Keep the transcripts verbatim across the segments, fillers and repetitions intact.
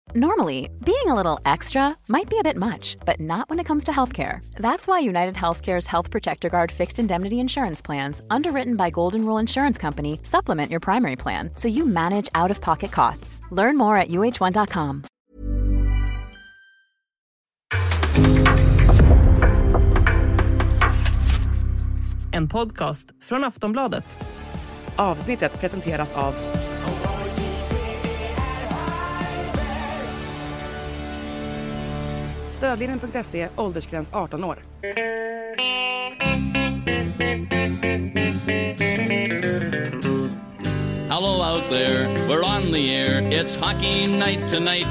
Normally, being a little extra might be a bit much, but not when it comes to healthcare. That's why United Healthcare's Health Protector Guard fixed indemnity insurance plans, underwritten by Golden Rule Insurance Company, supplement your primary plan so you manage out-of-pocket costs. Learn more at U H one dot com. En podcast från Aftonbladet. Avsnittet presenteras av Stödlinjen punkt se, åldersgräns arton år. Hello out there, we're on the air, it's hockey night tonight.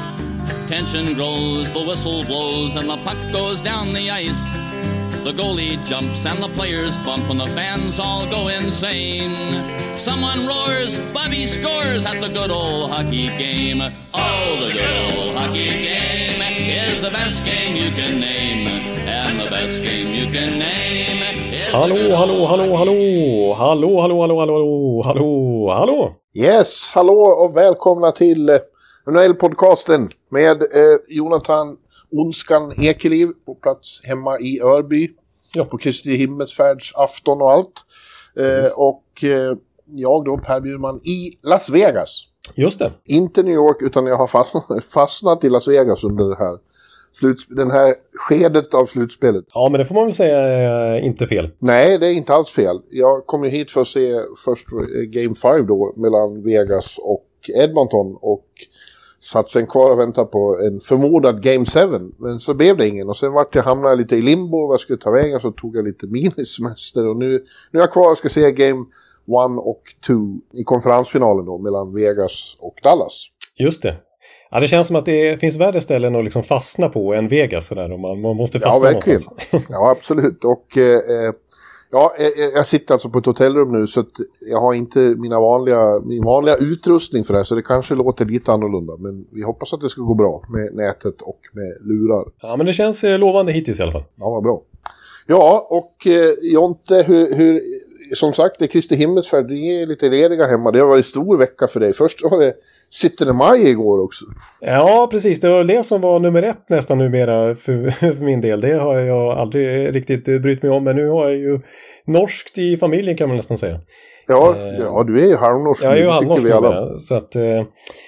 Tension grows, the whistle blows, and the puck goes down the ice. The goalie jumps and the players bump and the fans all go insane. Someone roars, Bobby scores at the good old hockey game. Oh, the good old hockey game is the best game you can name. And the best game you can name is hallå, the good hallå, old hallå, hallå, hallå, hallå, hallå, hallå, hallå, hallå. Yes, hallå och välkomna till eh, N H L-podcasten med eh, Jonathan Onskan Ekeliv på plats hemma i Örby. Ja. På Kristi himmelsfärds afton och allt. Eh, och eh, jag då, Per Bjurman, i Las Vegas. Just det. Inte New York, utan jag har fastnat, fastnat i Las Vegas under det här, sluts- den här skedet av slutspelet. Ja, men det får man väl säga är inte fel. Nej, det är inte alls fel. Jag kom ju hit för att se först Game fem då mellan Vegas och Edmonton och satt sen kvar och väntade på en förmodad Game sju. Men så blev det ingen. Och sen vart jag hamnade lite i limbo och vad jag skulle ta vägen, så tog jag lite minisemester. Och nu, nu är jag kvar och ska se Game ett och två i konferensfinalen då mellan Vegas och Dallas. Just det. Ja, det känns som att det finns värre ställen att liksom fastna på än Vegas. Sådär, och man, man måste fastna ja, verkligen. någonstans. Ja, absolut. Och eh, ja, jag, jag sitter alltså på ett hotellrum nu, så att jag har inte mina vanliga, min vanliga utrustning för det här, så det kanske låter lite annorlunda. Men vi hoppas att det ska gå bra med nätet och med lurar. Ja, men det känns lovande hittills i alla fall. Ja, vad bra. Ja, och eh, Jonte, hur, hur, som sagt, det är Kristi himmelsfärd, det är lite lediga hemma. Det har varit en stor vecka för dig. Först var det sjuttonde maj igår också. Ja, precis. Det var det som var nummer ett nästan numera för, för min del. Det har jag aldrig riktigt brytt mig om. Men nu har jag ju norskt i familjen, kan man nästan säga. Ja, eh, ja du är ju halvnorsk. Jag är ju halvnorsk vi alla. Så att... Eh,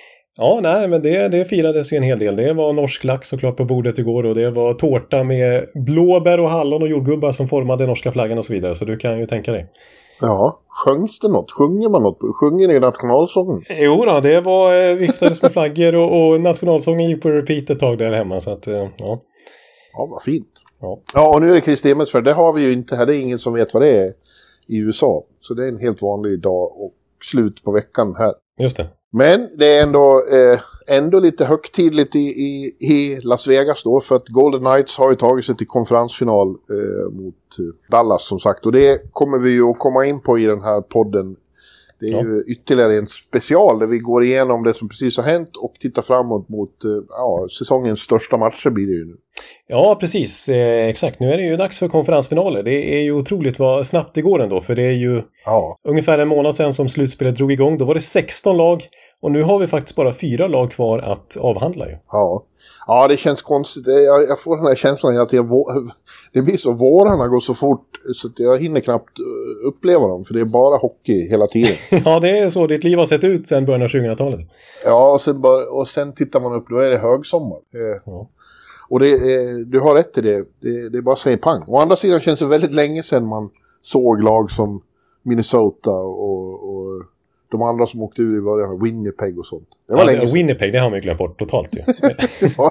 ja, nej, men det, det firades ju en hel del. Det var norsk lax såklart på bordet igår, och det var tårta med blåbär och hallon och jordgubbar som formade norska flaggan och så vidare. Så du kan ju tänka dig. Ja, sjöngs det något? Sjunger man något? Sjunger ni nationalsången? Jo då, det var viftades med flaggor och, och nationalsången gick på repeat ett tag där hemma. Så att, ja. Ja, vad fint. Ja, ja och nu är det Kristi himmelsfärd. Det har vi ju inte här. Det är ingen som vet vad det är i U S A. Så det är en helt vanlig dag och slut på veckan här. Just det. Men det är ändå, eh, ändå lite högtidligt i, i, i Las Vegas då, för att Golden Knights har ju tagit sig till konferensfinal eh, mot eh, Dallas som sagt. Och det kommer vi ju att komma in på i den här podden. Det är ja. ju ytterligare en special där vi går igenom det som precis har hänt och tittar framåt mot eh, ja, säsongens största matcher blir det ju nu. Ja, precis. Eh, exakt. Nu är det ju dags för konferensfinaler. Det är ju otroligt vad snabbt det går ändå. För det är ju ja. ungefär en månad sedan som slutspelet drog igång. Då var det sexton lag. Och nu har vi faktiskt bara fyra lag kvar att avhandla ju. Ja, ja det känns konstigt. Jag, jag får den här känslan att jag, det blir så, vårarna går så fort så att jag hinner knappt uppleva dem. För det är bara hockey hela tiden. Ja, det är så ditt liv har sett ut sedan början av tjugohundratalet. Ja, och sen, bara, och sen tittar man upp, då är det högsommar. Ja. Och det, du har rätt i det. det. Det är bara att säga pang. Å andra sidan känns det väldigt länge sedan man såg lag som Minnesota och... och de andra som åkte ur i början, Winnipeg och sånt. Det var ja, länge det, Winnipeg, det har man ju glömt bort totalt ju. ja. ja.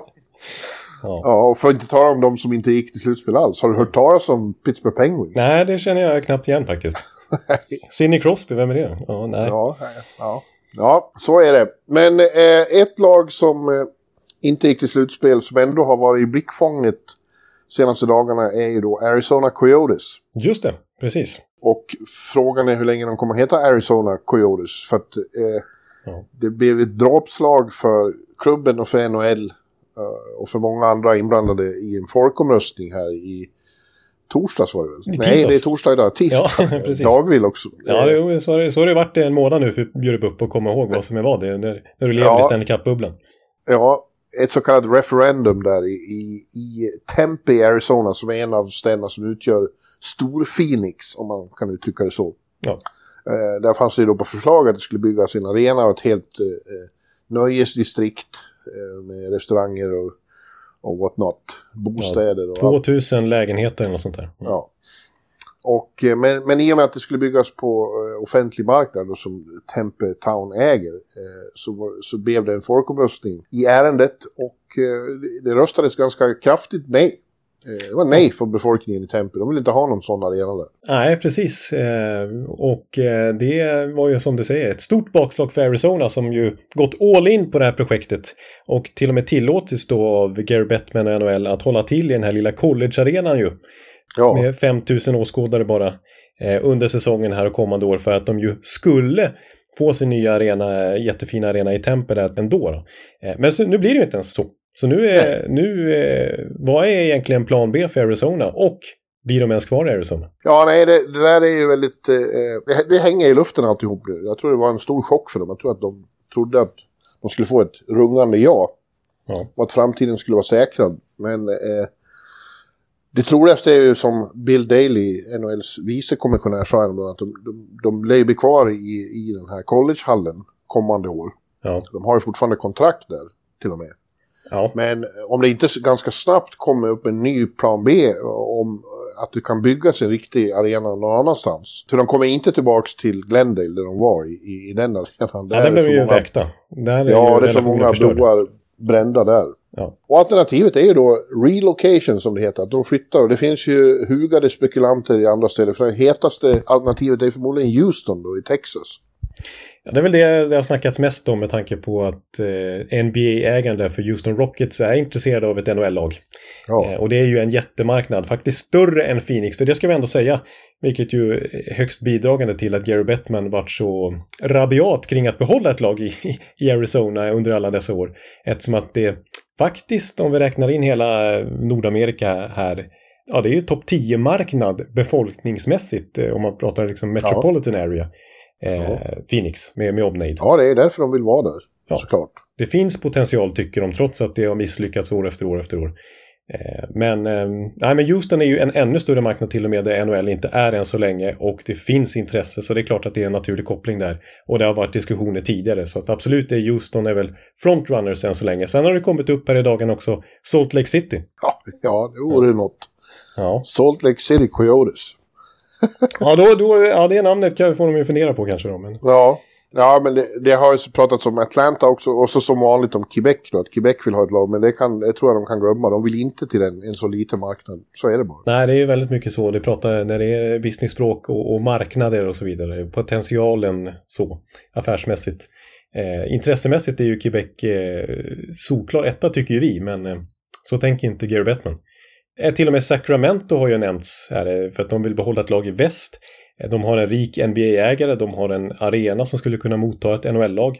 ja, och för att inte tala om de som inte gick till slutspel alls. Har du hört talas om Pittsburgh Penguins? Nej, det känner jag knappt igen faktiskt. Sidney Crosby, vem är det? Ja, nej. Ja, ja. ja så är det. Men eh, ett lag som eh, inte gick till slutspel, som ändå har varit i blickfånget senaste dagarna, är ju då Arizona Coyotes. Just det, precis. Och frågan är hur länge de kommer att heta Arizona Coyotes. För att eh, ja. det blev ett dråpslag för klubben och för N H L uh, och för många andra inblandade i en folkomröstning här i torsdags var det väl? I Nej, det är torsdag idag. Tisdag. Ja, Dagvill också. Ja, det, så har det, så har det varit en månad nu för Bjurup upp och komma ihåg vad som är vad det när, när du lever ja. i Stanley Cup-bubblan. Ja, ett så kallat referendum där i, i, i Tempe i Arizona, som är en av städerna som utgör Stor Phoenix, om man kan uttrycka det så. Ja. Eh, där fanns det ju då på förslag att det skulle byggas en arena och ett helt eh, nöjesdistrikt eh, med restauranger och, och what not, bostäder. Ja, och tvåtusen allt. Lägenheter eller något sånt där. Mm. Ja. Och, eh, men, men i och med att det skulle byggas på eh, offentlig marknad och som Tempe Town äger eh, så, var, så blev det en folkomröstning i ärendet och eh, det, det röstades ganska kraftigt nej. Det var nej för befolkningen i Tempe. De vill inte ha någon sån arena där. Nej, precis. Och det var ju som du säger ett stort bakslag för Arizona som ju gått all in på det här projektet. Och till och med tillåtits då av Gary Bettman och N H L att hålla till i den här lilla college-arenan ju. Ja. Med fem tusen åskådare bara under säsongen här och kommande år för att de ju skulle få sin nya arena, jättefina arena i Tempe där ändå. Då. Men så, nu blir det ju inte ens så. Så nu är, nu är, vad är egentligen plan B för Arizona och blir de ens kvar i Arizona? Ja, nej, det, det där är ju väldigt, eh, det, det hänger i luften alltihop nu. Jag tror det var en stor chock för dem. Jag tror att de trodde att de skulle få ett rungande ja. Ja. Och att framtiden skulle vara säkrad. Men eh, det troligaste är ju som Bill Daly, N H L:s vicekommissionär, sa att de, de, de lär bli kvar i, i den här collegehallen kommande år. Ja. De har ju fortfarande kontrakt där till och med. Ja. Men om det inte ganska snabbt kommer upp en ny plan B om att det kan byggas en riktig arena någon annanstans. För de kommer inte tillbaks till Glendale där de var i, i, i den arenan. Ja, det blev ju väckta. Där är ja, ju det är så många broar brända där. Ja. Och alternativet är ju då relocation som det heter. Att de flyttar. Och det finns ju hugade spekulanter i andra ställen. För det hetaste alternativet är förmodligen Houston då i Texas. Ja, det är väl det det har snackats mest om med tanke på att eh, N B A-ägande för Houston Rockets är intresserade av ett N H L-lag. Ja. Eh, och det är ju en jättemarknad, faktiskt större än Phoenix. För det ska vi ändå säga, vilket ju är högst bidragande till att Gary Bettman varit så rabiat kring att behålla ett lag i, i Arizona under alla dessa år. Eftersom att det faktiskt, om vi räknar in hela Nordamerika här, ja det är ju topp tio-marknad befolkningsmässigt om man pratar liksom metropolitan ja. area. Eh, ja. Phoenix med, med omnejd. Ja, det är därför de vill vara där, ja. såklart. Det finns potential tycker de, trots att det har misslyckats år efter år efter år. Eh, men, eh, nej, men Houston är ju en ännu större marknad till och med där N H L inte är än så länge och det finns intresse, så det är klart att det är en naturlig koppling där. Och det har varit diskussioner tidigare, så att absolut är Houston är väl frontrunners än så länge. Sen har det kommit upp här i dagen också Salt Lake City. Ja, ja det vore ja. något. Ja. Salt Lake City Coyotes. ja, då, då, ja, det namnet kan, får de ju fundera på kanske då. Men... Ja, ja, men det, det har ju pratats om Atlanta också, och så som vanligt om Quebec då, att Quebec vill ha ett lag, men det, kan, det tror jag de kan glömma. De vill inte till en, en så liten marknad, så är det bara. Nej, det är ju väldigt mycket så. Det pratar när det är business-språk och, och marknader och så vidare. Potentialen så, affärsmässigt. Eh, intressemässigt är ju Quebec eh, solklar etta tycker ju vi, men eh, så tänker inte Gary Bettman. Till och med Sacramento har ju nämnts här för att de vill behålla ett lag i väst. De har en rik N B A-ägare, de har en arena som skulle kunna motta ett N H L-lag.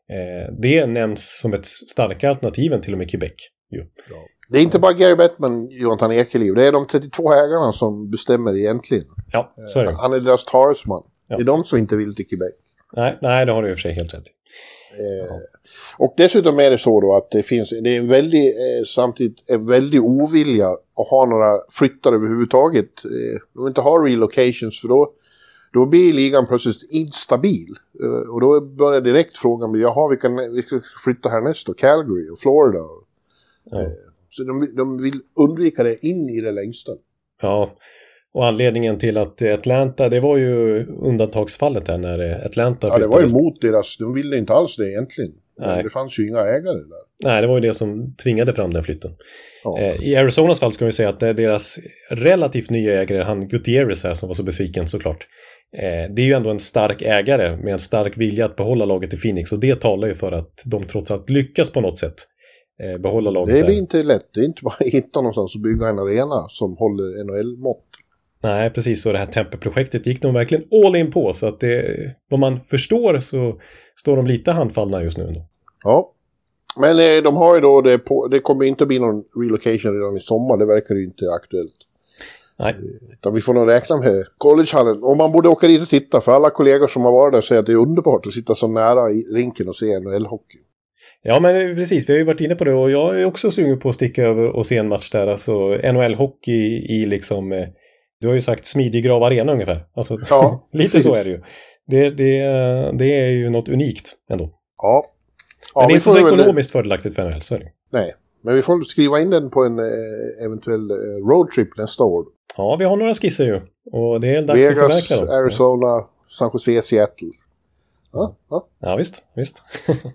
Det nämns som ett starkare alternativ än till och med Quebec. Jo. Ja. Det är inte bara Gary Bettman, Jonathan Ekeliv, det är de trettiotvå ägarna som bestämmer egentligen. Ja, så är det. Han är deras talesman. Ja. Det är de som inte vill till Quebec. Nej, nej, det har du i och för sig helt rätt i. Eh, och dessutom är det så då att det finns det är en väldigt, eh, samtidigt en väldigt ovilja att ha några flyttar överhuvudtaget. Eh, de vill inte ha relocations för då, då blir ligan plötsligt instabil. Eh, och då börjar direkt frågan, jaha, vi kan vi ska flytta härnäst då, Calgary och Florida. Eh, ja. Så de, de vill undvika det in i det längsta. Ja, och anledningen till att Atlanta, det var ju undantagsfallet här när Atlanta ja, det var ju mot deras, de ville inte alls det egentligen. Nej. Det fanns ju inga ägare där. Nej, det var ju det som tvingade fram den flytten. Ja. Eh, I Arizonas fall ska vi säga att det är deras relativt nya ägare, han Gutierrez här som var så besviken såklart. Eh, det är ju ändå en stark ägare med en stark vilja att behålla laget i Phoenix, och det talar ju för att de trots allt lyckas på något sätt eh, behålla laget. Det är där. Inte lätt, det är inte bara att hitta någonstans och bygga en arena som håller N H L-mått. Nej, precis. Så det här Tempe-projektet gick de verkligen all in på. Så att det, vad man förstår så står de lite handfallna just nu. Ändå. Ja, men eh, de har ju då, det, på, det kommer inte bli någon relocation redan i sommar. Det verkar ju inte aktuellt. Nej. Utan vi får nog räkna med collegehallen. Och man borde åka dit och titta, för alla kollegor som har varit där säger att det är underbart att sitta så nära i rinken och se N H L-hockey. Ja, men precis. Vi har ju varit inne på det och jag är också sugen på att sticka över och se en match där. Alltså N H L-hockey i liksom, eh, du har ju sagt smidig grav arena ungefär. Alltså, ja, lite så är det ju. Det, det, det är ju något unikt ändå. Ja. ja men det är inte så ekonomiskt väl... fördelaktigt för N H L, så är det. Nej, men vi får skriva in den på en eh, eventuell eh, roadtrip nästa år. Ja, vi har några skisser ju. Och det är dags Vegas, att förverkliga dem. Arizona, San Jose, Seattle. Ja, ja. ja visst, visst.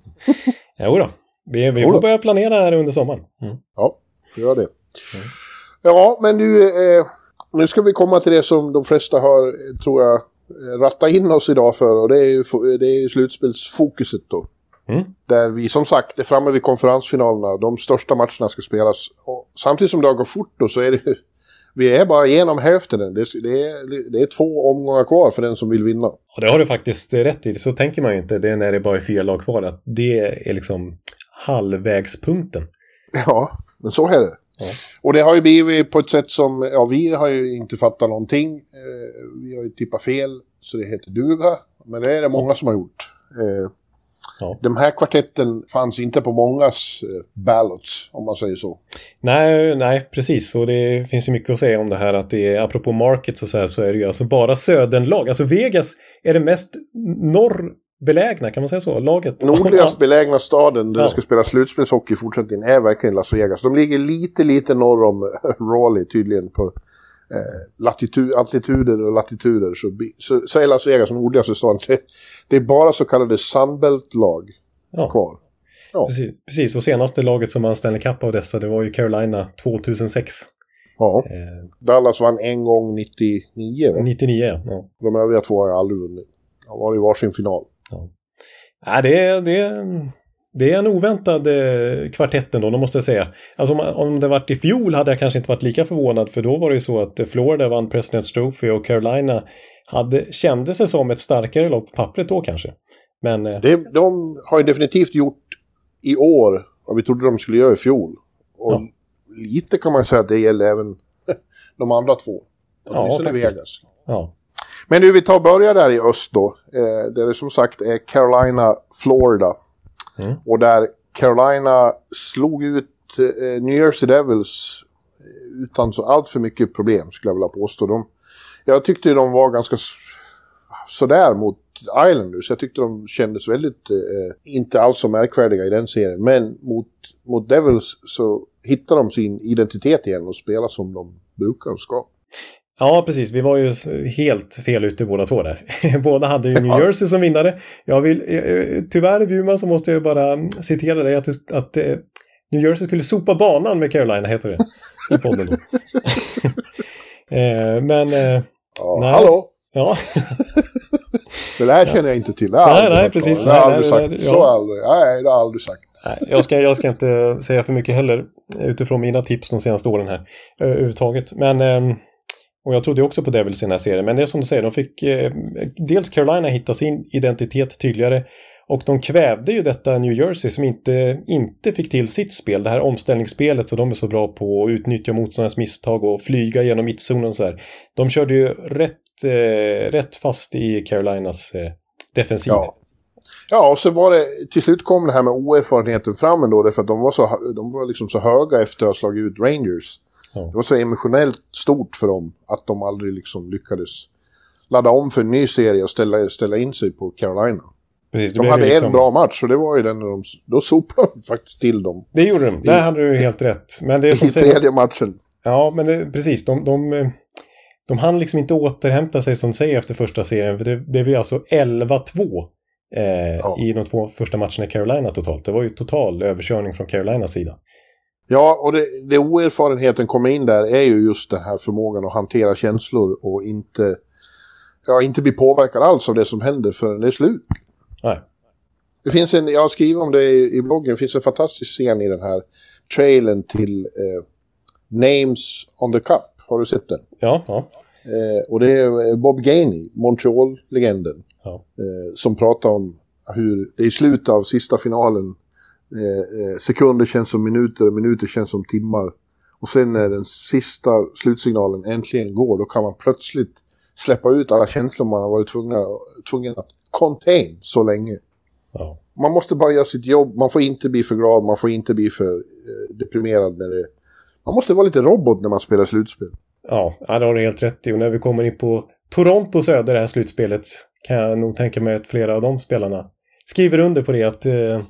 Jo då. Vi, vi får börja planera här under sommaren. Mm. Ja, vi gör det. Mm. Ja, men nu, eh, nu ska vi komma till det som de flesta har, tror jag, rattat in oss idag för. Och det är ju, det är ju slutspelsfokuset då. Mm. Där vi som sagt är framme vid konferensfinalerna. De största matcherna ska spelas. Och samtidigt som det går fort då så är det vi är bara igenom hälften. Det är, det, är, det är två omgångar kvar för den som vill vinna. Och det har du faktiskt rätt i. Så tänker man ju inte. Det är när det bara är fyra lag kvar. Att det är liksom halvvägspunkten. Ja, men så är det. Ja. Och det har ju blivit på ett sätt som, ja, vi har ju inte fattat någonting. Eh, vi har ju tippat fel så det heter duga. Men det är det många som har gjort. Eh, ja. De här kvartetten fanns inte på mångas eh, ballots, om man säger så. Nej, nej, precis. Och det finns ju mycket att säga om det här. Att det är, apropå markets och så här, så är det ju alltså bara södernlag. Alltså Vegas är det mest norrbelägna, kan man säga så, laget. Nordligast belägna staden där ja. det ska spela slutspelshockey i fortsättningen är verkligen Las Vegas. De ligger lite, lite norr om Raleigh tydligen på eh, latitud, altituder och latituder. Så, så, så är Las Vegas nordligaste staden. Det, det är bara så kallade Sunbelt-lag ja. kvar. Ja. Precis, precis, och senaste laget som vann Stanley Cup av dessa, det var ju Carolina tjugohundrasex. Ja, eh. Dallas vann en gång nittionio. Va? nittionio, ja. De övriga två har jag aldrig vunnit. De var i varsin final. Ja. Ja, det, är, det, är, det är en oväntad eh, kvartetten då, måste jag säga. Alltså om, om det varit i fjol hade jag kanske inte varit lika förvånad, för då var det ju så att Florida vann President's Trophy och Carolina hade, kände sig som ett starkare lag på pappret då kanske. Men, eh, det, de har ju definitivt gjort i år vad vi trodde de skulle göra i fjol. Och ja. lite kan man säga att det gäller även de andra två. Ja, faktiskt. Vegas. Ja. Men nu vi tar börja där i öst då. Eh, där det som sagt är Carolina, Florida. Mm. Och där Carolina slog ut eh, New Jersey Devils utan så allt för mycket problem, skulle jag vilja påstå. De, jag tyckte de var ganska sådär mot Islanders. Jag tyckte de kändes väldigt eh, inte alls så märkvärdiga i den serien. Men mot, mot Devils så hittar de sin identitet igen och spelar som de brukar och ska. Ja, precis. Vi var ju helt fel ute båda två där. Båda hade ju New Jersey som vinnare. Jag vill, tyvärr, Bjurman, så måste jag bara citera dig att, att New Jersey skulle sopa banan med Carolina, heter det i podden då. Men... Ja, nej. Hallå! Ja. Det där känner jag inte till. Det nej, nej, precis. Det har jag aldrig sagt. Nej, så aldrig. Nej, det har jag aldrig sagt. Nej, jag ska, jag ska inte säga för mycket heller utifrån mina tips de senaste åren här överhuvudtaget. Men... Och jag trodde också på Devils i den här serien. Men det är som du säger, de fick eh, dels Carolina hitta sin identitet tydligare. Och de kvävde ju detta New Jersey som inte, inte fick till sitt spel. Det här omställningsspelet, så de är så bra på att utnyttja motståndarnas misstag och flyga genom mittzonen och så här. De körde ju rätt, eh, rätt fast i Carolinas eh, defensiv. Ja. Ja, och så var det, till slut kom det här med oerfarenheten fram ändå. Därför att de var, så, de var liksom så höga efter att ha slagit ut Rangers. Ja. Det var så emotionellt stort för dem att de aldrig liksom lyckades ladda om för en ny serie och ställa, ställa in sig på Carolina. Precis, de hade liksom en bra match och det var ju den när de, då sopade de faktiskt till dem. Det gjorde de, där hade du helt rätt. Men det är som I tredje säger, matchen. Ja, men det, precis, de, de, de hann liksom inte återhämta sig som säger efter första serien. För det blev ju alltså elva två eh, ja. i de två första matcherna i Carolina totalt. Det var ju total överkörning från Carolinas sida. Ja, och det, det oerfarenheten kommer in där är ju just den här förmågan att hantera känslor och inte, ja, inte bli påverkad alls av det som händer förrän det är slut. Nej. Det finns en, jag har skrivit om det i, i bloggen, det finns en fantastisk scen i den här trailern till eh, Names on the Cup. Har du sett den? Ja, ja. Eh, och det är Bob Gainey, Montreal-legenden, ja. eh, som pratar om hur det är i slutet av sista finalen. Eh, sekunder känns som minuter och minuter känns som timmar. Och sen när den sista slutsignalen äntligen går, då kan man plötsligt släppa ut alla känslor man har varit tvungna, tvungen att contain så länge. Ja. man måste bara göra sitt jobb. Man får inte bli för glad, man får inte bli för eh, deprimerad när det... Man måste vara lite robot när man spelar slutspel. Ja, det har du helt rätt i. Och när vi kommer in på Torontos öde, det här slutspelet, kan jag nog tänka mig att flera av de spelarna skriver under på det att, eh,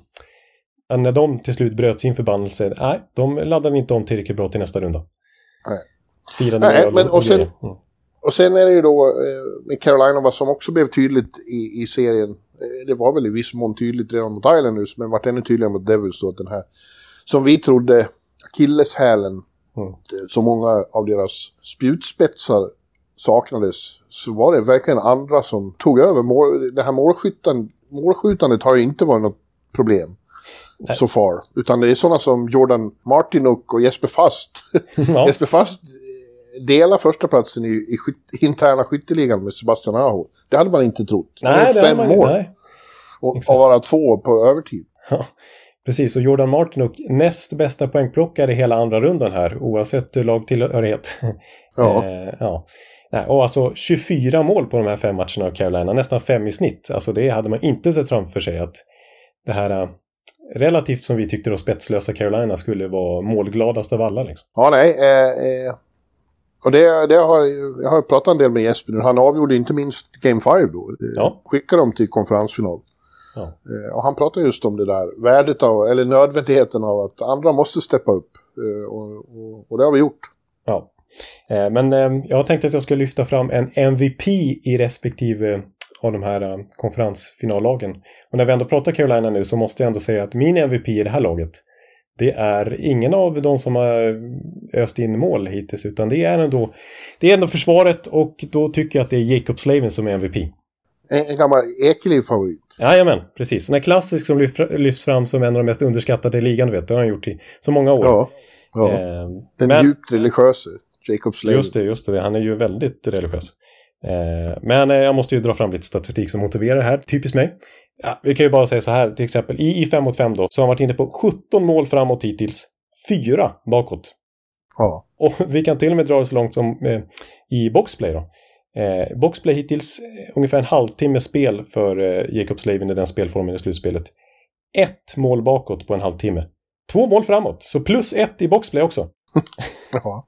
att när de till slut bröt sin förbannelse, nej, de laddade inte om tillräckligt bra till nästa runda. Nej. Firade nej, men och, och, sen, mm. och sen är det ju då eh, med Carolina, vad som också blev tydligt i, i serien, eh, det var väl i viss mån tydligt redan mot Islanders, men vart ännu tydligare mot Devils då, att den här, som vi trodde, akilleshälen, mm. så många av deras spjutspetsar saknades, så var det verkligen andra som tog över. Mål, det här målskyttan, målskjutandet har ju inte varit något problem så so far, utan det är sådana som Jordan Martinook och Jesper Fast. Ja. Jesper Fast delar första platsen i, i skyt, interna skytteligan med Sebastian Aho. Det hade man inte trott. Han nej, det fem man, mål nej. Och, och vara två på övertid. Ja. Precis, och Jordan Martinook näst bästa poängplockare i hela andra rundan här, oavsett lagtillhörighet. Ja. eh, ja. Nej, och alltså tjugofyra mål på de här fem matcherna av Carolina, nästan fem i snitt. Alltså det hade man inte sett framför sig, att det här uh, relativt som vi tyckte då spetslösa Carolina skulle vara målgladast av alla. Liksom. Ja, nej. Eh, eh, och det, det har, jag har pratat en del med Jesper nu. Han avgjorde inte minst Game fem då. Ja. Skickade dem till konferensfinal. Ja. Eh, och han pratar just om det där värdet av, eller nödvändigheten av att andra måste steppa upp. Eh, och, och, och det har vi gjort. Ja. Men jag tänkte att jag ska lyfta fram en M V P i respektive av de här konferensfinallagen. Och när vi ändå pratar Carolina nu så måste jag ändå säga att min M V P i det här laget, det är ingen av de som har öst in mål hittills, utan det är ändå, det är ändå försvaret, och då tycker jag att det är Jacob Slavin som är M V P. En, en gammal Ekeliv-favorit. Jajamän, precis. Den är klassisk som lyfts fram som en av de mest underskattade i ligan, vet du. Det har han gjort i så många år. Ja, ja. Eh, Den men... djupt religiösa Jacob Slavin. Just det, just det. Han är ju väldigt religiös. Eh, men eh, jag måste ju dra fram lite statistik som motiverar det här. Typiskt mig. Ja, vi kan ju bara säga så här, till exempel i, i fem mot fem då, så har han varit inne på sjutton mål framåt hittills, fyra bakåt. Ja. Och vi kan till och med dra det så långt som eh, i boxplay då. Eh, boxplay hittills eh, ungefär en halvtimme spel för eh, Jacob Slavin i den spelformen i slutspelet. Ett mål bakåt på en halvtimme. Två mål framåt, så plus ett i boxplay också. Ja.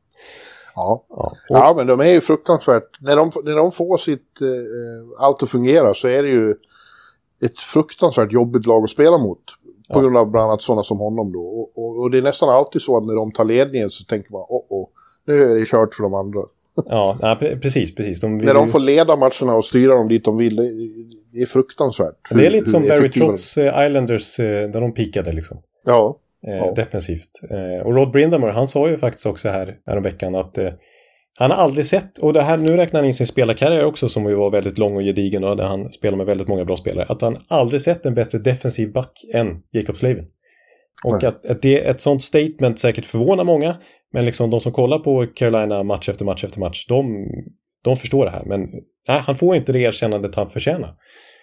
Ja. Ja. ja, men de är ju fruktansvärt. När de, när de får sitt eh, allt att fungera, så är det ju ett fruktansvärt jobbigt lag att spela mot. På ja. grund av bland annat sådana som honom då. Och, och, och det är nästan alltid så att när de tar ledningen så tänker man, åh, åh nu är det kört för de andra. Ja, ja precis, precis. De vill... När de får leda matcherna och styra dem dit de vill, det, det är fruktansvärt. Det är lite hur, som Barry Trotz uh, Islanders uh, där de pikade liksom. Ja. Eh, ja. Defensivt. Eh, och Rod Brindamore, han sa ju faktiskt också här, här om veckan att eh, han har aldrig sett, och det här, nu räknar han in sin spelarkarriär också som ju var väldigt lång och gedigen och där han spelar med väldigt många bra spelare, att han aldrig sett en bättre defensiv back än Jacob Slavin. Och att, att det ett sånt statement säkert förvånar många, men liksom de som kollar på Carolina match efter match efter match, de, de förstår det här, men nej, han får inte det erkännandet han förtjänar.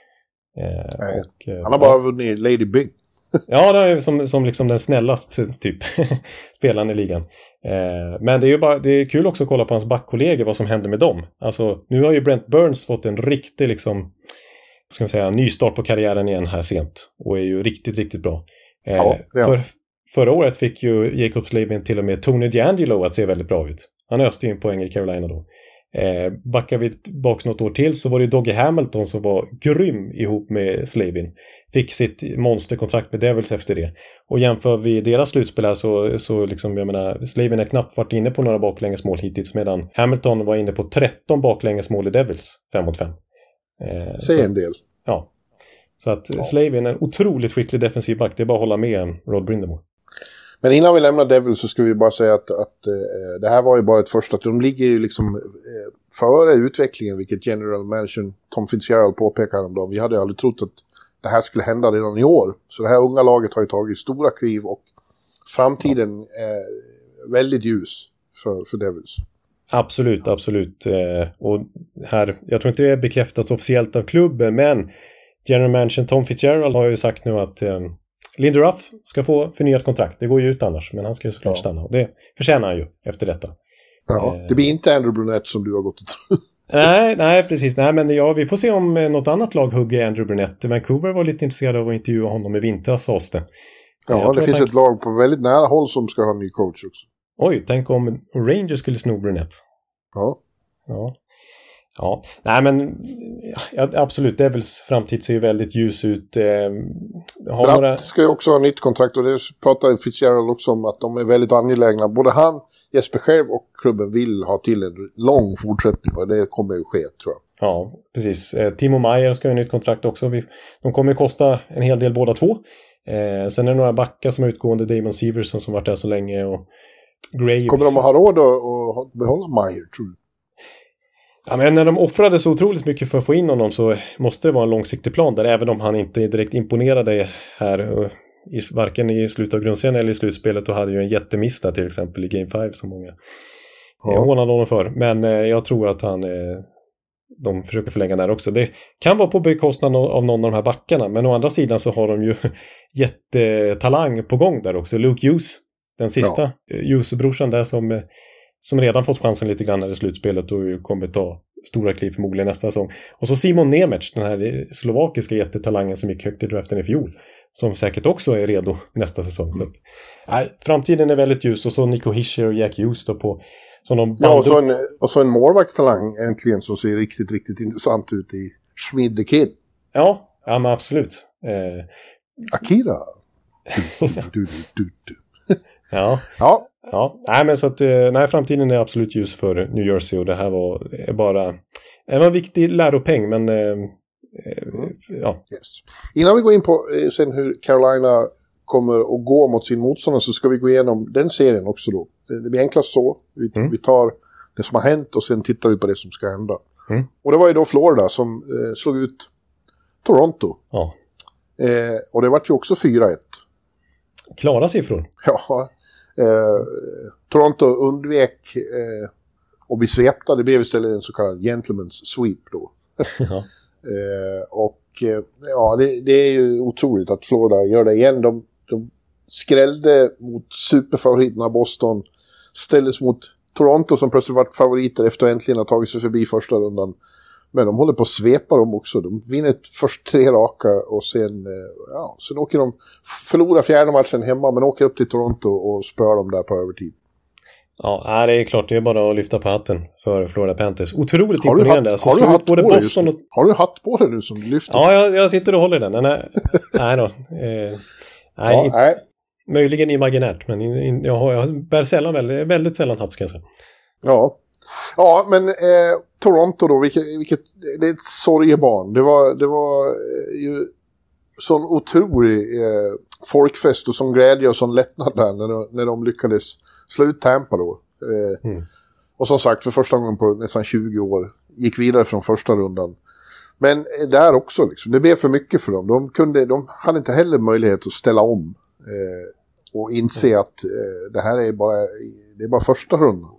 Eh, och, eh, han har bara ja. vunnit Lady Bing. Ja, det är som, som liksom den snällaste typ spelaren i ligan. Eh, men det är ju bara, det är kul också att kolla på hans backkollegor, vad som händer med dem. Alltså, nu har ju Brent Burns fått en riktig liksom, ska man säga, nystart på karriären igen här sent. Och är ju riktigt, riktigt bra. Eh, ja, ja. För, förra året fick ju Jacob Slavin till och med Tony DeAngelo att se väldigt bra ut. Han öste ju in poäng i Carolina då. Eh, backar vi tillbaka något år till så var det Dougie Hamilton som var grym ihop med Slavin. Fick sitt monsterkontrakt med Devils efter det. Och jämför vi deras slutspel här så, så liksom, jag menar, Slavin är knappt varit inne på några baklängesmål hittills, medan Hamilton var inne på tretton baklängesmål i Devils, fem mot fem. Eh, Säg en del. Ja. Så att ja. Slavin är en otroligt skicklig defensiv back. Det är bara att hålla med Rod Brindamore. Men innan vi lämnar Devils så ska vi bara säga att, att eh, det här var ju bara ett första. De ligger ju liksom eh, före utvecklingen, vilket general manager Tom Fitzgerald påpekar om dem. Vi hade aldrig trott att det här skulle hända redan i år. Så det här unga laget har ju tagit stora kliv och framtiden är väldigt ljus för, för Devils. Absolut, absolut. Eh, och här, jag tror inte det är bekräftat officiellt av klubben, men general manager Tom Fitzgerald har ju sagt nu att eh, Lindy Ruff ska få förnyat kontrakt. Det går ju ut annars, men han ska ju såklart ja. stanna. Och det förtjänar han ju efter detta. Ja, det blir inte Andrew Brunette som du har gått och Nej, nej, precis. Nej, men ja, vi får se om något annat lag hugger Andrew Brunett. Vancouver var lite intresserad av att intervjua honom i vintras, sades det. Ja, det finns han... ett lag på väldigt nära håll som ska ha en ny coach också. Oj, tänk om Rangers skulle sno Brunett. Ja. Ja. Ja, nej men ja, absolut, Devils framtid ser ju väldigt ljus ut. Eh, Bratt några... ska ju också ha nytt kontrakt och det pratar Fitzgerald också om att de är väldigt angelägna. Både han, Jesper själv och klubben vill ha till en lång fortsättning och det kommer ju ske, tror jag. Ja, precis. Eh, Timo Meier ska ha nytt kontrakt också. Vi, de kommer ju kosta en hel del båda två. Eh, sen är det några backar som är utgående, Damon Severson som varit där så länge och Graves. Kommer de att ha råd att behålla Meier, tror du? Ja, men när de offrade så otroligt mycket för att få in honom så måste det vara en långsiktig plan där, även om han inte är direkt imponerade här i, varken i slutet av grundserien eller i slutspelet, och hade ju en jättemiss där till exempel i Game fem som många ja. hånade honom för. Men eh, jag tror att han eh, de försöker förlänga där också. Det kan vara på bekostnad av någon av de här backarna, men å andra sidan så har de ju jättetalang på gång där också. Luke Hughes, den sista ja. Hughes-brorsan där som som redan fått chansen lite grann i slutspelet och kommer ta stora kliv förmodligen nästa säsong. Och så Simon Nemec, den här slovakiska jättetalangen som gick högt i draften i fjol, som säkert också är redo nästa säsong. Mm. Så att, nej, framtiden är väldigt ljus, och så Nico Hischier och Jack Hughes då på som de ja, och så en, och så en målvaktstalang äntligen som ser riktigt, riktigt intressant ut i Schmid the Kid. Ja, ja men absolut. Eh... Akira. Du, du, du, du, du. Ja. Ja. Ja, nej men så att nej, framtiden är absolut ljus för New Jersey, och det här var bara det var en viktig läropeng, men eh, mm. ja. Yes. Innan vi går in på eh, sen hur Carolina kommer att gå mot sin motståndare, så ska vi gå igenom den serien också då. Det, det blir enklast så. Vi, mm. vi tar det som har hänt och sen tittar vi på det som ska hända. Mm. Och det var ju då Florida som eh, slog ut Toronto. Ja. Eh, och det var ju också fyra ett. Klara siffror. Ja. Eh, Toronto undvek eh, att bli svepta. Det blev istället en så kallad gentleman's sweep då. Ja. eh, och eh, ja, det, det är ju otroligt att Florida gör det igen. De, de skrällde mot superfavoriterna Boston, ställdes mot Toronto som plötsligt varit favoriter efter att äntligen ha tagit sig förbi första rundan. Men de håller på att svepa dem också. De vinner först tre raka och sen, ja, sen åker de förlorar fjärde matchen hemma, men åker upp till Toronto och spör dem där på övertid. Ja, det är klart. Det är bara att lyfta på hatten för Florida Panthers. Otroligt har imponerande. Hatt, har, du hatt både på Boston och... har du hatt på dig nu som lyfter? Ja, jag, jag sitter och håller den. Nej, nej då. Eh, nej, ja, in, nej. Möjligen imaginärt, men in, in, jag, har, jag bär sällan, väldigt, väldigt sällan hatt, ska jag säga. Ja. Ja, men eh, Toronto då, vilket, vilket, det är ett sorgebarn. Det var, det var eh, ju sån otrolig eh, folkfest och sån glädje och sån lättnad där när de, när de lyckades slå ut Tampa då. Eh, mm. Och som sagt, för första gången på nästan tjugo år gick vidare från första rundan. Men eh, där också, liksom, det blev för mycket för dem. De, kunde, de hade inte heller möjlighet att ställa om eh, och inse mm. att eh, det här är bara, det är bara första rundan.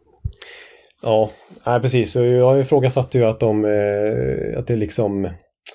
Ja, nej, precis. Och jag ifrågasatte ju att de eh, att det liksom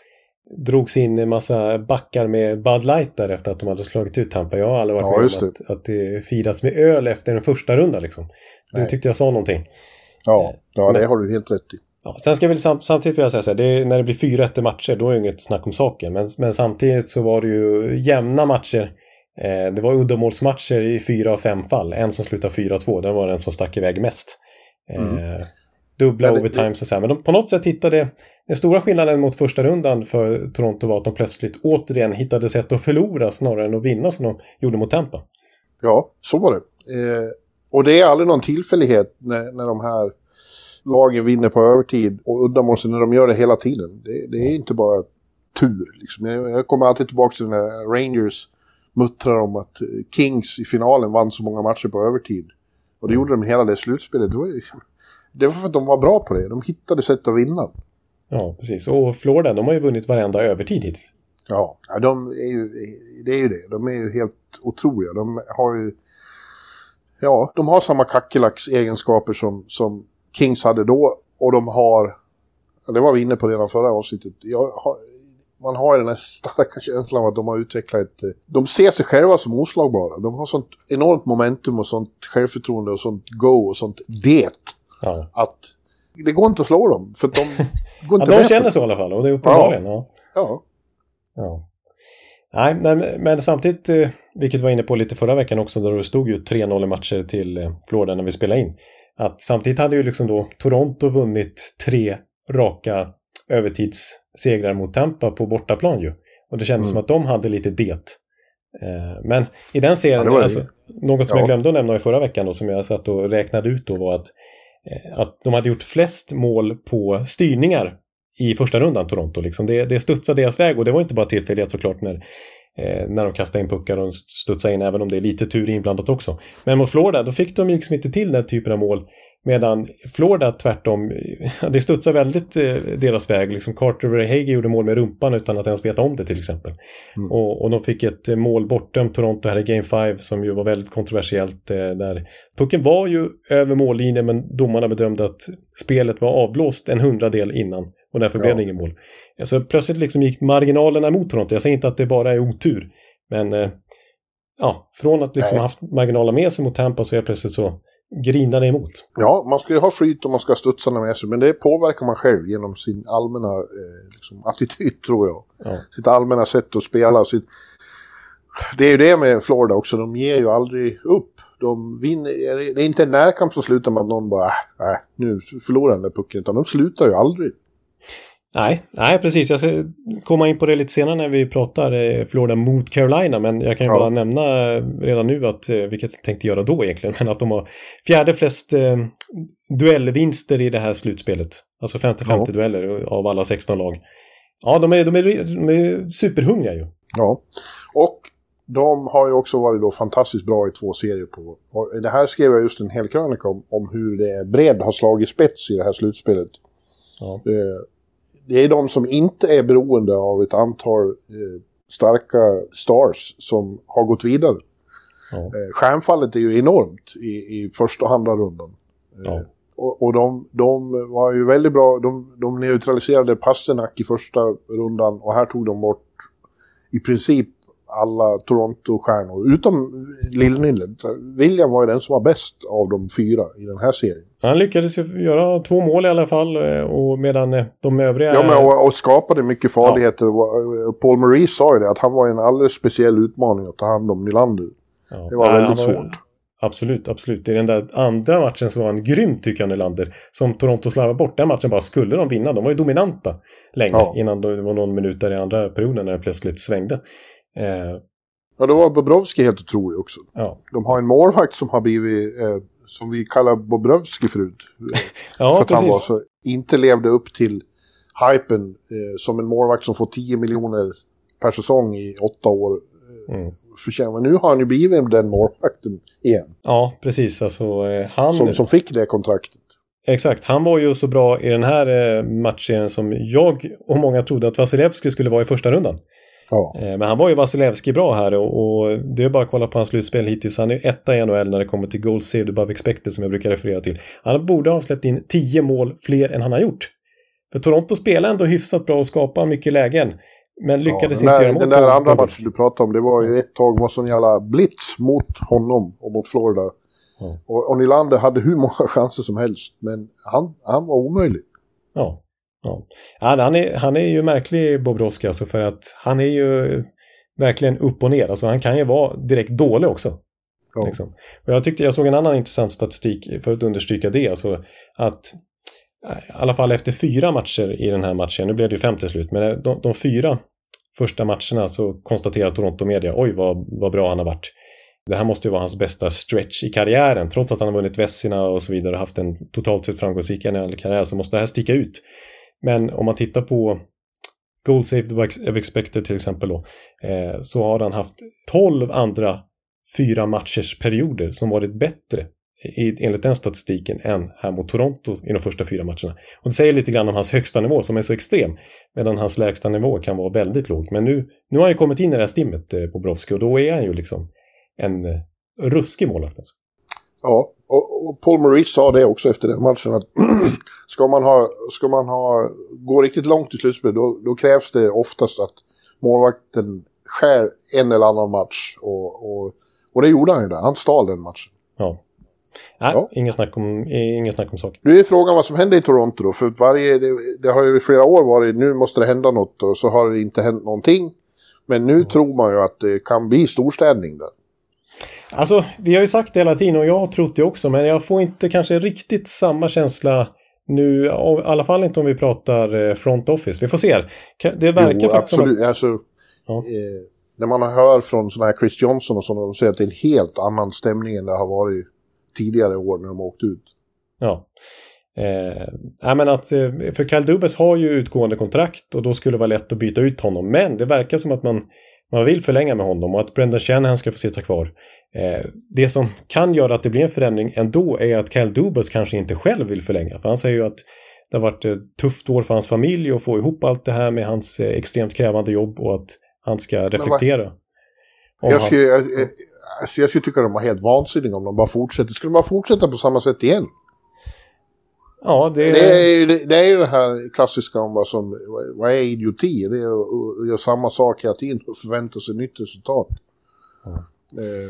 drogs in en massa backar med Bud Light där efter att de hade slagit ut Tampa. Jag har aldrig varit ja, med om att, att det firats med öl efter den första rundan liksom. Det tyckte jag sa någonting. Ja, ja det Men, har du helt rätt i. Ja, sen ska jag väl sam- samtidigt vilja säga så här, det är, när det blir fyra ett matcher, då är det inget snack om saken. Men, men samtidigt så var det ju jämna matcher. Eh, det var uddamålsmatcher i fyra och fem fall. En som slutade fyra två, den var den som stack iväg mest. Mm. Eh, dubbla det, overtimes och så här. Men de, på något sätt hittade den stora skillnaden mot första rundan för Toronto var att de plötsligt återigen hittade sätt att förlora snarare än att vinna som de gjorde mot Tampa. Ja, så var det. Eh, och det är aldrig någon tillfällighet när, när de här lagen vinner på övertid och uddamålsen när de gör det hela tiden. Det, det är inte bara tur. Liksom. Jag, jag kommer alltid tillbaka till när Rangers muttrar om att Kings i finalen vann så många matcher på övertid. Och det gjorde de hela det slutspelet. Det var, det var för att de var bra på det. De hittade sätt att vinna. Ja, precis. Och Florida, de har ju vunnit varenda övertid hit. Ja, de är ju, det är ju det. De är ju helt otroliga. De har ju ja, de har samma kackerlacks egenskaper som, som Kings hade då. Och de har, det var vi inne på redan förra avsnittet. Jag har, man har den här starka känslan av att de har utvecklat ett... De ser sig själva som oslagbara. De har sånt enormt momentum och sånt självförtroende och sånt go och sånt det. Ja. Att det går inte att slå dem. För de går inte ja, de känner så i alla fall. Och det är uppenbarligen. Ja. Ja. ja. Nej, nej, men samtidigt, vilket var inne på lite förra veckan också, där det stod ju tre noll matcher till Florida när vi spelade in. Att samtidigt hade ju liksom då Toronto vunnit tre raka övertidssegrar mot Tampa på bortaplan ju. Och det kändes mm. som att de hade lite det. Men i den serien, ja, alltså, något som ja. jag glömde att nämna i förra veckan då, som jag satt och räknade ut då, var att, att de hade gjort flest mål på styrningar i första rundan, Toronto. Liksom. Det, det studsade deras väg, och det var inte bara tillfällighet såklart när, eh, när de kastade in puckar och studsade in, även om det är lite tur inblandat också. Men mot Florida, då fick de liksom inte till den typen av mål, medan Florida tvärtom, det studsade väldigt eh, deras väg. Liksom Carter Verhaeghe gjorde mål med rumpan utan att ens veta om det till exempel. Mm. Och, och de fick ett mål bortom Toronto här i Game fem som ju var väldigt kontroversiellt. Eh, där pucken var ju över mållinjen, men domarna bedömde att spelet var avblåst en hundradel innan. Och därför blev det ja. ingen mål. Så plötsligt liksom gick marginalerna mot Toronto. Jag säger inte att det bara är otur. Men eh, ja, från att liksom haft marginaler med sig mot Tampa, så är plötsligt så grinar det emot. Ja, man ska ju ha flyt och man ska studsa med sig. Men det påverkar man själv genom sin allmänna eh, liksom, attityd, tror jag. Ja. Sitt allmänna sätt att spela. Sitt... Det är ju det med Florida också. De ger ju aldrig upp. De vinner... Det är inte en närkamp som slutar med att någon bara äh, nu förlorar den där pucken. Utan de slutar ju aldrig. Nej, nej, precis. Jag ska komma in på det lite senare när vi pratar eh, Florida mot Carolina, men jag kan ju ja. bara nämna redan nu att, eh, vilket jag tänkte göra då egentligen, men att de har fjärde flest eh, duellvinster i det här slutspelet. Alltså femtio femtio ja. dueller av alla sexton lag. Ja, de är, de är, de är superhungriga ju. Ja, och de har ju också varit då fantastiskt bra i två serier på. Och det här skrev jag just en hel krönika om, om hur det bredd har slagit spets i det här slutspelet. Ja. Eh, Det är de som inte är beroende av ett antal eh, starka stars som har gått vidare. Ja. Eh, stjärnfallet är ju enormt i, i första och andra rundan. Eh, ja. Och och de, de var ju väldigt bra. De, de neutraliserade Pasternak i första rundan, och här tog de bort i princip alla Toronto-stjärnor. Utom Lillnille. William var ju den som var bäst av de fyra i den här serien. Han lyckades ju göra två mål i alla fall, och medan de övriga... Ja, men och, och skapade mycket farligheter. Ja. Paul Maurice sa ju det, att han var en alldeles speciell utmaning att ta hand om Nylander. Ja. Det var ja, väldigt var, svårt. Absolut, absolut. I den där andra matchen så var han grym, tycker jag, Nylander. Som Toronto slarvade bort. Den matchen bara skulle de vinna. De var ju dominanta länge, ja. innan det var någon minut där i andra perioden när det plötsligt svängde. Eh, ja, det var Bobrovski helt otroligt också. Ja. De har en målvakt som har blivit, eh, som vi kallar Bobrovski förut. Ja, för att precis. han var så, inte levde upp till hypen eh, som en målvakt som får tio miljoner per säsong i åtta år. Mm. Men nu har han ju blivit den målvakten igen. Ja, precis. Alltså, eh, han... som, som fick det kontraktet. Exakt, han var ju så bra i den här eh, matchen som jag och många trodde att Vasilevski skulle vara i första rundan. Ja. Men han var ju Vasilevski bra här, och, och det är bara att kolla på hans slutspel hittills. Han är etta i N H L när det kommer till goals saved above expected, som jag brukar referera till. Han borde ha släppt in tio mål fler än han har gjort. För Toronto spelar ändå hyfsat bra och skapar mycket lägen, men lyckades ja, inte göra mål. Den där andra matchen du pratade om, det var ju ett tag var sån jävla blitz mot honom och mot Florida. Ja. Och, och Nylander hade hur många chanser som helst, men han, han var omöjlig. Ja. Ja. Han, är, han är ju märklig, Bobrovski, alltså, för att han är ju verkligen upp och ner. Alltså, han kan ju vara direkt dålig också. Ja. Liksom. Och jag tyckte jag såg en annan intressant statistik för att understryka det. Alltså, att i alla fall efter fyra matcher i den här matchen, nu blev det ju fem till slut, men de, de fyra första matcherna så konstaterar Toronto Media, oj vad, vad bra han har varit. Det här måste ju vara hans bästa stretch i karriären. Trots att han har vunnit Vessina och så vidare och haft en totalt sett framgångsrik karriär, så måste det här sticka ut. Men om man tittar på goal saved above expected till exempel då, eh, så har han haft tolv andra fyra matchers perioder som varit bättre i, enligt den statistiken än här mot Toronto i de första fyra matcherna. Och det säger lite grann om hans högsta nivå som är så extrem, medan hans lägsta nivå kan vara väldigt låg. Men nu, nu har han ju kommit in i det här stimmet eh, på Bobrovski, och då är han ju liksom en eh, ruskig målvakt alltså. Ja, och, och Paul Maurice sa det också efter den matchen, att ska man ha, ska man ha gå riktigt långt i slutspel, då, då krävs det oftast att målvakten skär en eller annan match, och, och, och det gjorde han ju där. Han stal den matchen. Ja, Nej, ja. ingen, snack om, ingen snack om saker. Nu är frågan vad som händer i Toronto då. För varje, det, det har ju i flera år varit, nu måste det hända något och så har det inte hänt någonting. Men nu mm. tror man ju att det kan bli storstädning där. Alltså, vi har ju sagt det hela tiden och jag har trott det också. Men jag får inte kanske riktigt samma känsla nu. I alla fall inte om vi pratar front office. Vi får se. Det verkar jo, faktiskt absolut. som att... Alltså, ja. eh, när man hör från sådana här Chris Johnson och sådana, de säger att det är en helt annan stämning än det har varit tidigare år när de har åkt ut. Ja. Eh, jag menar att, för Kyle Dubas har ju utgående kontrakt och då skulle det vara lätt att byta ut honom. Men det verkar som att man, man vill förlänga med honom och att Brendan Shanahan ska få sitta kvar. Eh, det som kan göra att det blir en förändring ändå är att Kyle Dubas kanske inte själv vill förlänga. För han säger ju att det har varit ett tufft år för hans familj och få ihop allt det här med hans eh, extremt krävande jobb och att han ska reflektera. Jag skulle, jag, jag, alltså jag skulle tycka att de var helt vansinniga om de bara fortsätter. Skulle de bara fortsätta på samma sätt igen? Ja, det, det, är, det, det är ju det här klassiska om vad som vad är idioti. Det är att, att göra samma sak hela tiden och förvänta sig nytt resultat. Mm. Eh,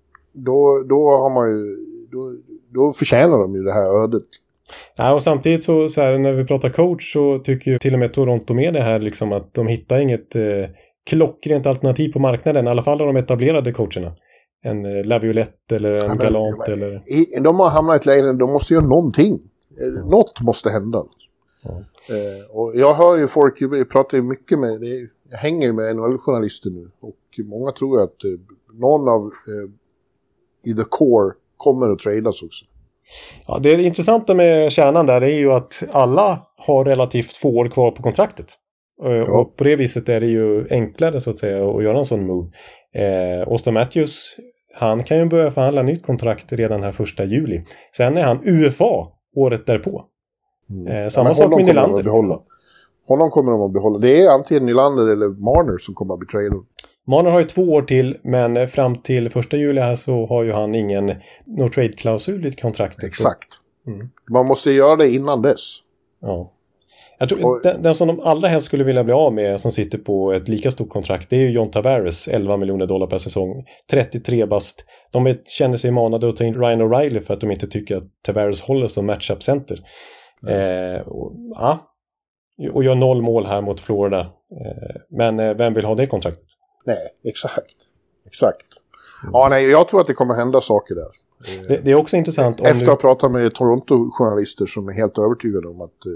då, då har man ju då, då förtjänar de ju det här ödet. Ja, och samtidigt så, så här, när vi pratar coach så tycker ju till och med Toronto med det här liksom att de hittar inget eh, klockrent alternativ på marknaden. I alla fall de etablerade coacherna. En eh, Laviolette eller en ja, men, Galant. Eller... I, de har hamnat i ett läge där de måste göra någonting. Mm. Något måste hända. Mm. Eh, och jag hör ju folk, jag pratar ju mycket med, det är, jag hänger med N H L-journalister nu. Och många tror att eh, någon av eh, i the core kommer att tradas också. Ja, det intressanta med kärnan där är ju att alla har relativt få år kvar på kontraktet. Ja. Och på det viset är det ju enklare så att säga att göra en sån move. Eh, Auston Matthews, han kan ju börja förhandla nytt kontrakt redan här första juli. Sen är han U F A året därpå. Mm. Eh, samma ja, sak med Nylander. Behålla. Honom kommer de att behålla. Det är antingen Nylander eller Marner som kommer att bli traded. Marner har ju två år till, men fram till första juli här så har ju han ingen no trade-klausul i kontraktet. Exakt. Mm. Man måste göra det innan dess. Ja. Jag tror, och, den, den som de allra helst skulle vilja bli av med som sitter på ett lika stort kontrakt, det är ju John Tavares, elva miljoner dollar per säsong, trettiotre bast. De är, känner sig manade att ta in Ryan O'Reilly för att de inte tycker att Tavares håller som matchup-center. Mm. Eh, och, ja, och gör noll mål här mot Florida. Eh, men eh, vem vill ha det kontraktet? Nej, exakt. Exakt. Mm. Ja, nej, jag tror att det kommer hända saker där. Det, det är också intressant. Om Efter att ha pratat med Toronto-journalister som är helt övertygade om att eh,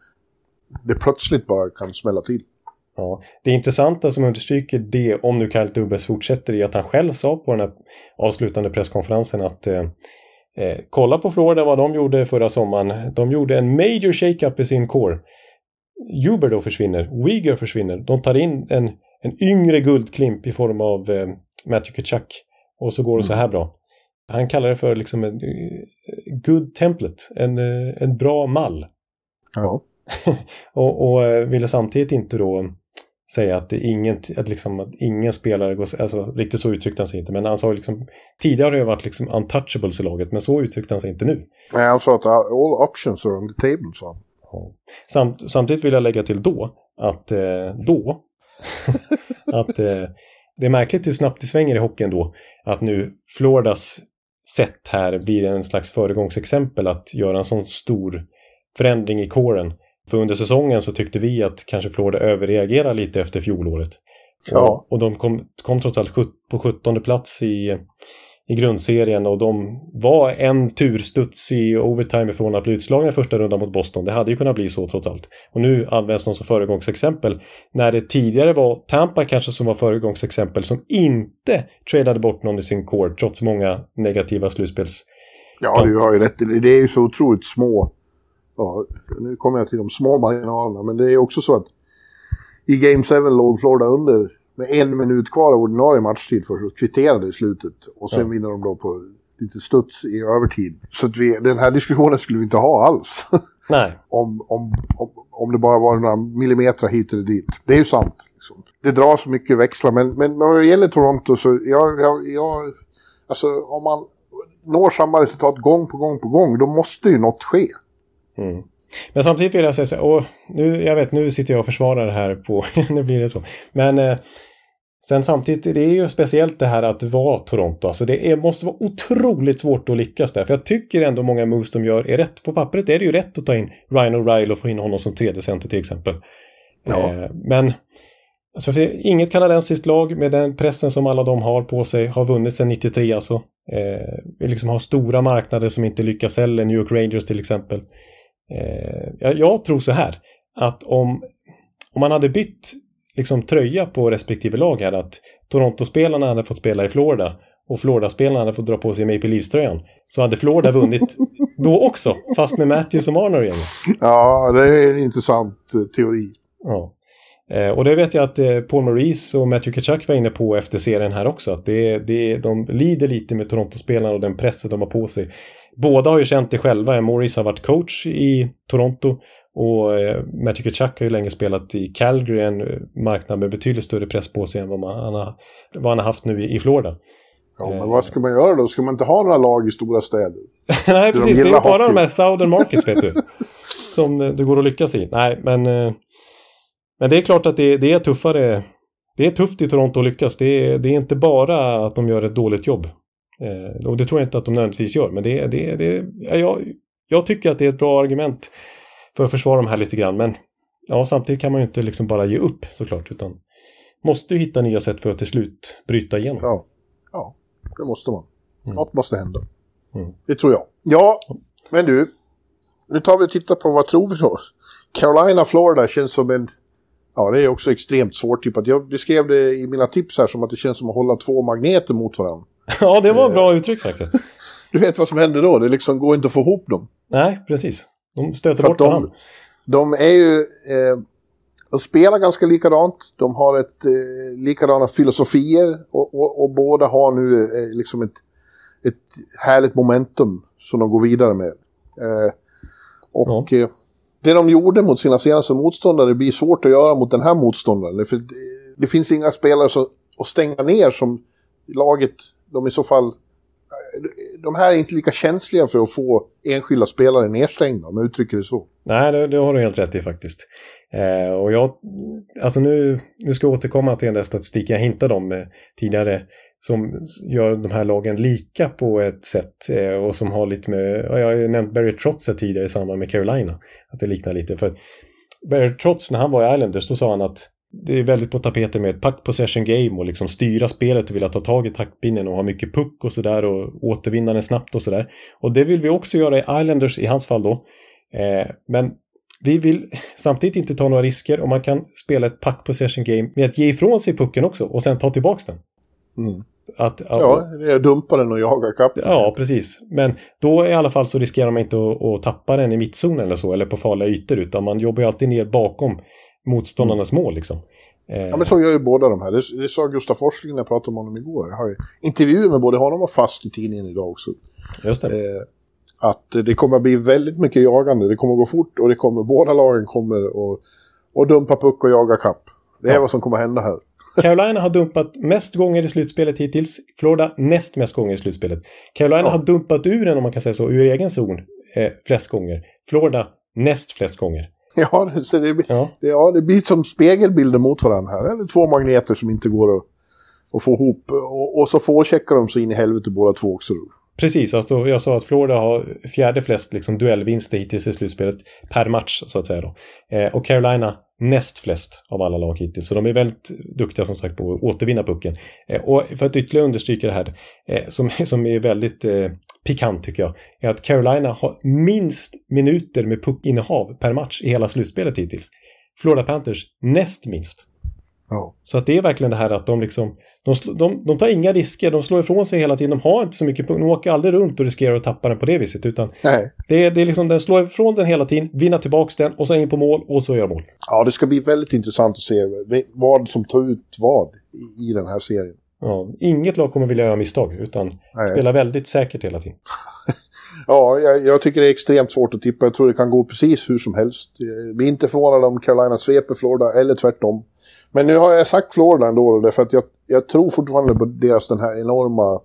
det plötsligt bara kan smälla till. Ja, det intressanta som understryker det, om nu Kyle Dubas fortsätter, är att han själv sa på den här avslutande presskonferensen att eh, eh, kolla på Florida vad de gjorde förra sommaren. De gjorde en major shake-up i sin core. Huber då försvinner, Uyghur försvinner. De tar in en, en yngre guldklimp i form av eh, Matthew Tkachuk. Och så går det mm. så här bra. Han kallar det för liksom en uh, good template, en, uh, en bra mall. Ja. och, och ville samtidigt inte då säga att, det ingen, att, liksom, att ingen spelare går, alltså riktigt så uttryckte han sig inte, men han sa liksom, tidigare har det varit liksom untouchables i laget, men så uttryckte han sig inte nu. Nej, han sa att all options are on the table, så. Ja. Samt, samtidigt vill jag lägga till då att eh, då att eh, det är märkligt hur snabbt det svänger i hockeyn då, att nu Floridas sätt här blir en slags föregångsexempel att göra en sån stor förändring i kåren. För under säsongen så tyckte vi att kanske Florida överreagerar lite efter fjolåret. Ja. Och, och de kom, kom trots allt på sjuttonde plats i, i grundserien och de var en turstuds i overtime ifrån att bli utslagna i första rundan mot Boston. Det hade ju kunnat bli så trots allt. Och nu används de som föregångsexempel när det tidigare var Tampa kanske som var föregångsexempel som inte tradade bort någon i sin core trots många negativa slutspels. Ja, du har ju rätt. Det är ju så otroligt små. Ja, nu kommer jag till de små marginalerna, men det är också så att i Game sju låg Florida under med en minut kvar av ordinarie matchtid för att kvittera det i slutet. Och sen ja. vinner de då på lite studs i övertid. Så att vi, den här diskussionen skulle vi inte ha alls. Nej. om, om, om, om det bara var några millimeter hit eller dit. Det är ju sant. Liksom. Det drar så mycket växlar. Men, men när det gäller Toronto så jag, jag, jag, alltså, om man når samma resultat gång på gång på gång, då måste ju något ske. Mm. Men samtidigt vill jag säga så, och nu, jag vet, nu sitter jag och försvarar det här på, nu blir det så. Men eh, Sen samtidigt, det är ju speciellt det här att vara Toronto. Alltså det är, måste vara otroligt svårt att lyckas där. För jag tycker ändå många moves de gör är rätt. På pappret är det ju rätt att ta in Ryan O'Reilly och få in honom som tredje center till exempel. Ja. Eh, men alltså för inget kanadensiskt lag med den pressen som alla de har på sig har vunnit sedan nittiotre alltså. Eh, vi liksom har stora marknader som inte lyckas heller. New York Rangers till exempel. Eh, jag, jag tror så här. Att om, om man hade bytt liksom tröja på respektive lag här, att Toronto-spelarna hade fått spela i Florida och Florida-spelarna hade fått dra på sig Maple Leafs-tröjan, så hade Florida vunnit då också, fast med Matthews och Marner igen. Ja, det är en intressant teori. Ja. Eh, och det vet jag att eh, Paul Maurice och Matthew Tkachuk var inne på efter serien här också, att det, det, de lider lite med Toronto-spelarna och den pressen de har på sig. Båda har ju känt det själva. Maurice har varit coach i Toronto och eh, Matthew Tkachuk har ju länge spelat i Calgary, en marknad med betydligt större press på sig än vad, man, han, har, vad han har haft nu i, i Florida. Ja, men vad ska man göra då? Ska man inte ha några lag i stora städer? Nej, precis. De det är ju bara hockey. de här Southern Markets, vet du, som det går att lyckas i. Nej, men, eh, men det är klart att det, det är tuffare. Det är tufft i Toronto att lyckas. Det är, det är inte bara att de gör ett dåligt jobb. Eh, och det tror jag inte att de nödvändigtvis gör. Men det, det, det, ja, jag, jag tycker att det är ett bra argument för att försvara de här lite grann. Men ja, samtidigt kan man ju inte liksom bara ge upp såklart. Utan måste ju hitta nya sätt för att till slut bryta igenom. Ja, ja det måste man. Mm. Något måste hända. Mm. Det tror jag. Ja, men du. Nu tar vi och tittar på vad tror vi då. Carolina, Florida känns som en... Ja, det är också extremt svårt tippat. Jag beskrev det i mina tips här som att det känns som att hålla två magneter mot varandra. Ja, det var ett bra uttryck faktiskt. Du vet vad som händer då? Det liksom går inte att få ihop dem. Nej, precis. De stöter För bort de, varandra. De är ju... Eh, de spelar ganska likadant. De har ett eh, likadana filosofier. Och, och, och båda har nu eh, liksom ett, ett härligt momentum som de går vidare med. Eh, och... Ja. Eh, Det de gjorde mot sina senaste motståndare blir svårt att göra mot den här motståndaren. För det, det finns inga spelare som, att stänga ner som laget. De i så fall... De här är inte lika känsliga för att få enskilda spelare nedstängda, om jag uttrycker det så. Nej, det, det har du helt rätt i faktiskt. Eh, och jag... Alltså nu, nu ska jag återkomma till den där statistiken jag hintade om eh, tidigare. Som gör de här lagen lika på ett sätt. Eh, och som har lite med... Jag har ju nämnt Barry Trotz tidigare i samband med Carolina. Att det liknar lite. För Barry Trotz, när han var i Islanders, då sa han att det är väldigt på tapeten med ett puck possession game och liksom styra spelet och vilja ta tag i taktpinnen och ha mycket puck och sådär och återvinna den snabbt och sådär. Och det vill vi också göra i Islanders i hans fall då. Eh, men vi vill samtidigt inte ta några risker och man kan spela ett puck possession game med att ge ifrån sig pucken också och sen ta tillbaka den. Mm. Att, ja, det är dumpa den och jaga kapp. Ja, precis. Men då i alla fall så riskerar man inte att, att tappa den i mittzonen eller så, eller på farliga ytor, utan man jobbar ju alltid ner bakom motståndarnas mm. mål liksom. Ja, men så gör ju båda de här. Det, det sa Gustaf Forsling när jag pratade med honom igår. Jag har ju intervjuer med både honom och Fast i tidningen idag också. Just det. Eh, att det kommer att bli väldigt mycket jagande. Det kommer att gå fort och det kommer, båda lagen kommer att, att dumpa puck och jaga kapp. Det är ja. vad som kommer att hända här. Carolina har dumpat mest gånger i slutspelet hittills. Florida näst mest gånger i slutspelet. Carolina ja. har dumpat ur den, om man kan säga så, ur egen zon eh, flest gånger. Florida näst flest gånger. Ja, det, det, ja. Det, ja, det blir som spegelbilder mot varandra här. Eller två magneter som inte går att, att få ihop. Och, och så får de sig in i helvete båda två också. Precis, alltså jag sa att Florida har fjärde flest liksom, duellvinster hittills i slutspelet per match, så att säga då. Eh, och Carolina näst flest av alla lag hittills. Så de är väldigt duktiga som sagt på att återvinna pucken. Eh, och för att ytterligare understryka det här, eh, som, som är väldigt eh, pikant tycker jag, är att Carolina har minst minuter med puckinnehav per match i hela slutspelet hittills. Florida Panthers näst minst. Ja. Så att det är verkligen det här att de liksom de, sl- de, de tar inga risker, de slår ifrån sig hela tiden, de har inte så mycket puck, de åker aldrig runt och riskerar att tappa den på det viset, utan Nej. Det, är, det är liksom, den slår ifrån den hela tiden, vinna tillbaka den och så in på mål och så gör mål. Ja, det ska bli väldigt intressant att se vad som tar ut vad i, i den här serien. Ja, inget lag kommer vilja göra misstag, utan Nej. spela väldigt säkert hela tiden. Ja, jag, jag tycker det är extremt svårt att tippa, jag tror det kan gå precis hur som helst. Vi är inte förvånade om Carolina sveper Florida eller tvärtom. Men nu har jag sagt Florida ändå, därför att jag, jag tror fortfarande på deras den här enorma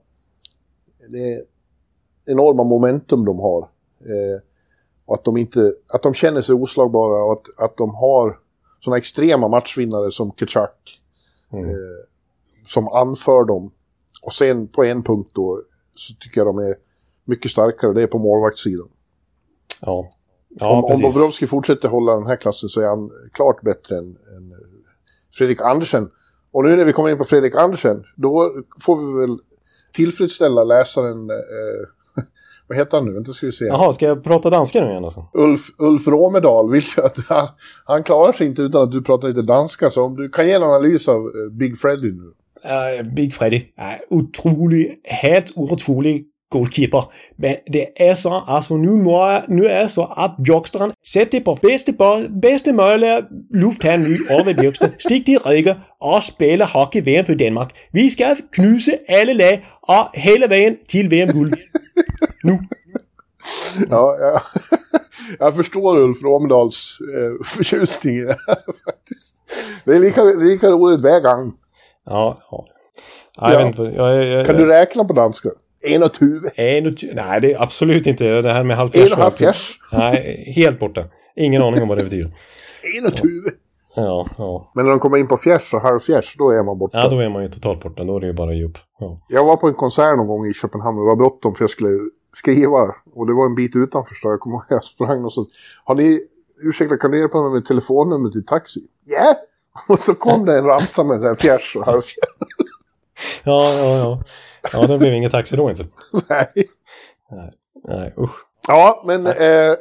det enorma momentum de har. Eh, och att de inte att de känner sig oslagbara och att, att de har såna extrema matchvinnare som Tkachuk. Mm. Eh, som anför dem. Och sen på en punkt då så tycker jag de är mycket starkare. Det är på målvaktssidan. Ja. Ja, om, om Bobrovsky fortsätter hålla den här klassen så är han klart bättre än, än Fredrik Andersen. Och nu när vi kommer in på Fredrik Andersen, då får vi väl tillfredsställa läsaren, eh, vad heter han nu? Inte ska vi se. Jaha, ska jag prata danska nu igen alltså? Ulf, Ulf Romedal vill ju att han, han klarar sig inte utan att du pratar lite danska, så om du kan ge en analys av uh, Big Freddy nu. Uh, Big Freddy er utrolig, helt utrolig goalkeeper. Men det er så, altså nu, må jeg, nu er så at joksteren sætter på bedste, bedste mulige lufthavn ny over Bjørkstad, stik de rækker og spiller hockey-V M for Danmark. Vi skal knuse alle lag og hele vejen til V M-guld. Nu. Ja, ja. Jag förstår Ulf Romedals eh, förtjusning i det här, faktiskt. Det är lika, lika roligt hver gang. Ja, ja. Nej, ja. Inte, jag, jag, kan du räkna på danska? En och tuve. En och tuve. Nej, det är absolut inte det här med halvfjärs. En och halvfjärs. Nej, helt borta. Ingen aning om vad det betyder. En och tuve. Ja, ja. Men när de kommer in på fjärs och halvfjärs, då är man borta. Ja, då är man ju totalt borta. Då är det ju bara djup. Ja. Jag var på en konsert någon gång i Köpenhamn. Det var bråttom för jag skulle skriva. Och det var en bit utanför, så jag kom och jag sprang och så. Har ni, ursäkta, kan du hjälpa mig med telefonnummer till taxi? Ja! Yeah! Och så kom det en ramsa med den fjärs och halvfjärs. Ja, ja, ja. Ja, det blev ingen taxi då inte. Nej. Nej, nej, usch. Ja, men eh,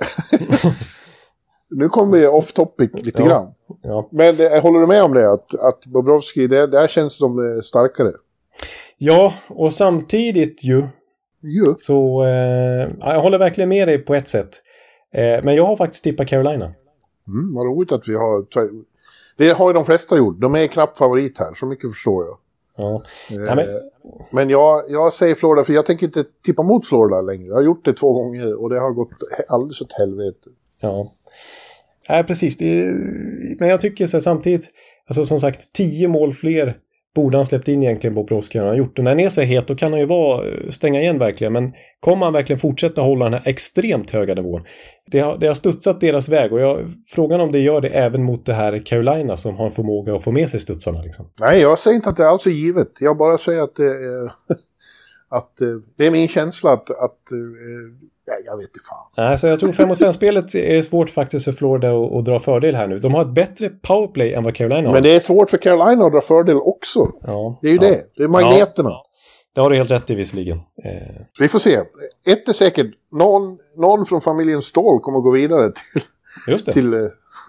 nu kommer vi off topic lite ja, grann. Ja. Men eh, håller du med om det? Att, att Bobrovsky, det, där känns de starkare. Ja, och samtidigt ju. ju. Så eh, jag håller verkligen med dig på ett sätt. Eh, men jag har faktiskt tippat Carolina. Mm, vad roligt att vi har... Det har ju de flesta gjort. De är knappt favorit här, så mycket förstår jag. Ja. Eh, ja, men men jag, jag säger Florida, för jag tänker inte tippa mot Florida längre. Jag har gjort det två gånger och det har gått alldeles åt helvete. Ja, ja precis. Det är, men jag tycker så här, samtidigt, alltså som sagt, tio mål fler borde han släppt in egentligen Bobrovsky än han har gjort. Och när han är så het, då kan han ju vara, stänga igen verkligen. Men kommer han verkligen fortsätta hålla den här extremt höga nivån? Det har, det har studsat deras väg, och jag, frågan om det gör det även mot det här Carolina som har en förmåga att få med sig studsarna. Liksom. Nej, jag säger inte att det är alls är givet. Jag bara säger att det är, att det är min känsla att, att nej, jag vet inte fan. Nej, så jag tror fem mot fem-spelet är svårt faktiskt för Florida att, att dra fördel här nu. De har ett bättre powerplay än vad Carolina har. Men det är svårt för Carolina att dra fördel också. Ja, det är ju ja. det. Det är magneterna. Ja. Det har du helt rätt i visserligen. Eh. Vi får se. Ett är säkert. Någon, någon från familjen Ståhl kommer att gå vidare till... Just det. Till, uh,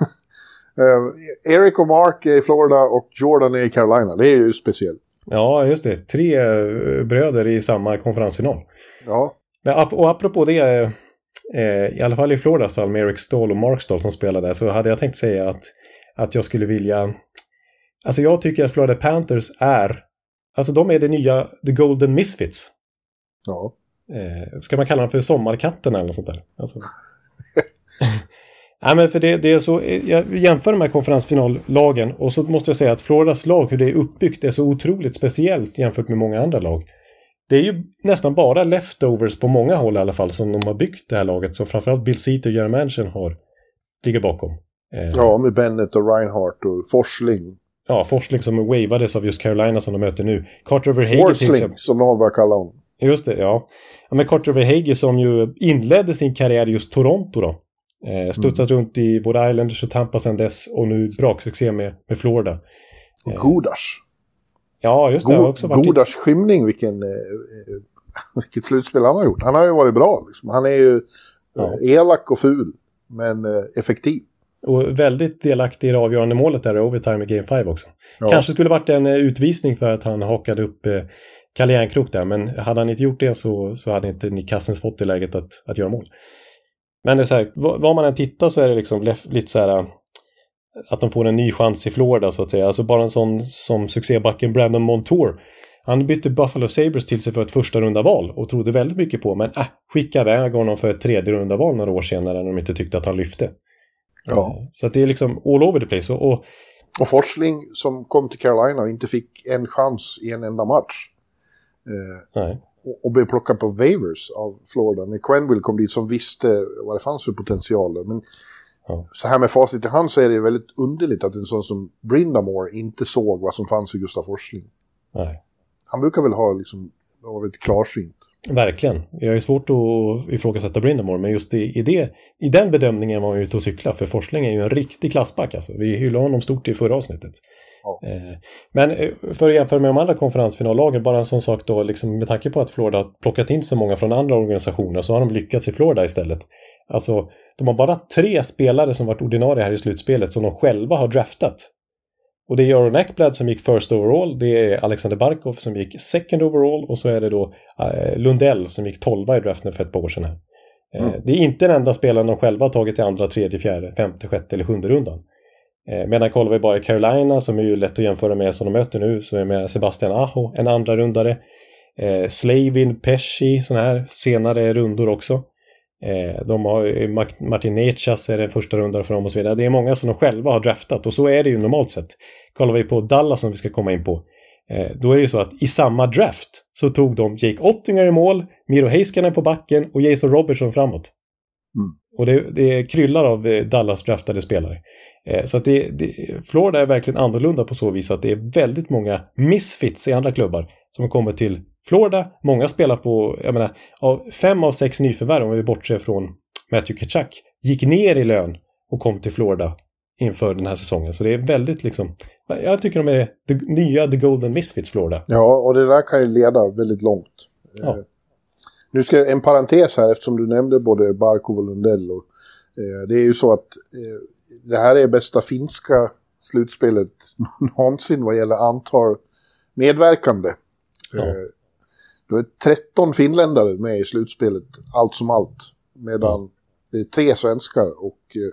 uh, Eric och Mark är i Florida och Jordan är i Carolina. Det är ju speciellt. Ja, just det. Tre uh, bröder i samma konferensfinal. Ja. Men, och apropå det, eh, i alla fall i Floridas fall med Eric Stahl och Mark Stahl som spelade där, så hade jag tänkt säga att, att jag skulle vilja... Alltså jag tycker att Florida Panthers är... Alltså de är det nya The Golden Misfits. Ja. Eh, ska man kalla dem för sommarkatten eller något sånt där? Alltså. Nej, men för det, det är så... Jag jämför de här konferensfinallagen och så måste jag säga att Floridas lag, hur det är uppbyggt, är så otroligt speciellt jämfört med många andra lag. Det är ju nästan bara leftovers på många håll i alla fall som de har byggt det här laget. Så framförallt Bill Seater och Jerry Manchin har ligger bakom. Eh, ja, med Bennett och Reinhardt och Forsling. Ja, Forsling som wavades av just Carolina som de möter nu. Carter Verhaeghe Forsling, som de har börjat kalla honom. Just det, ja. ja men Carter Verhaeghe som ju inledde sin karriär i just Toronto då. Eh, studsat mm. runt i både Islanders och Tampa sedan dess. Och nu braksuccé med, med Florida. Och eh, Godas. Ja, just det. God, också varit Godas skymning, vilken, eh, vilket slutspel han har gjort. Han har ju varit bra. Liksom. Han är ju ja. eh, elak och ful, men eh, effektiv. Och väldigt delaktig i det avgörande målet där i overtime i Game fem också. Ja. Kanske skulle varit en eh, utvisning för att han hakade upp eh, Kalle Järnkrok där. Men hade han inte gjort det så, så hade inte Nick Cousins fått i läget att, att göra mål. Men det är så här, vad man än tittar så är det liksom lite så här... att de får en ny chans i Florida så att säga. Alltså bara en sån som succébacken Brandon Montour. Han bytte Buffalo Sabres till sig för ett första runda val och trodde väldigt mycket på, men äh, skicka iväg honom för ett tredje runda val några år senare när de inte tyckte att han lyfte. Ja. Så att det är liksom all over the place. Och, och, och Forsling som kom till Carolina och inte fick en chans i en enda match. Eh, nej. Och, och blev plockad på waivers av Florida. När Quenneville kom dit som visste vad det fanns för potentialer. Men ja. Så här med facit i hand så är det väldigt underligt att en sån som Brindamore inte såg vad som fanns i Gustav Forsling. Nej. Han brukar väl ha liksom, vara lite klarsynt. Verkligen. Jag är svårt att ifrågasätta Brindamore, men just i, i, det, i den bedömningen var han ute och cykla, för Forsling är ju en riktig klassback. Alltså. Vi hyllade honom stort i förra avsnittet. Ja. Eh, men för att jämföra med de andra konferensfinallagen, bara en sån sak då, liksom, med tanke på att Florida har plockat in så många från andra organisationer, så har de lyckats i Florida istället. Alltså, de har bara tre spelare som varit ordinarie här i slutspelet som de själva har draftat. Och det är Jaron Ekblad som gick first overall, det är Alexander Barkov som gick second overall, och så är det då eh, Lundell som gick tolva i draften för ett par år sedan här. Eh, mm. Det är inte den enda spelaren de själva har tagit till andra, tredje, fjärde, femte, sjätte eller sjunde rundan. Eh, medan kollar vi bara i Carolina, som är ju lätt att jämföra med som de möter nu, så är med Sebastian Aho, en andra rundare. Eh, Slavin, Pesci, sådana här senare rundor också. Eh, de har Martin Nechas är den första rundan för dem och så vidare. Det är många som de själva har draftat, och så är det ju normalt sett. Kollar vi på Dallas som vi ska komma in på, eh, då är det ju så att i samma draft så tog de Jake Ottinger i mål, Miro Heiskanen på backen och Jason Robertson framåt. Mm. Och det, det kryllar av eh, Dallas draftade spelare. Eh, så att det, det, Florida är verkligen annorlunda på så vis att det är väldigt många misfits i andra klubbar som kommer till Florida. Många spelar på, jag menar, av fem av sex nyförvärv, om vi bortser från Matthew Tkachuk, gick ner i lön och kom till Florida inför den här säsongen. Så det är väldigt liksom, jag tycker de är the, nya The Golden Misfits Florida. Ja, och det där kan ju leda väldigt långt. Ja. Eh, nu ska jag en parentes här, eftersom du nämnde både Barkov och Lundell. Och, eh, det är ju så att eh, det här är bästa finska slutspelet någonsin vad gäller antal medverkande. Ja. Eh, då är tretton finländare med i slutspelet, allt som allt. Medan ja. det är tre svenskar, och eh,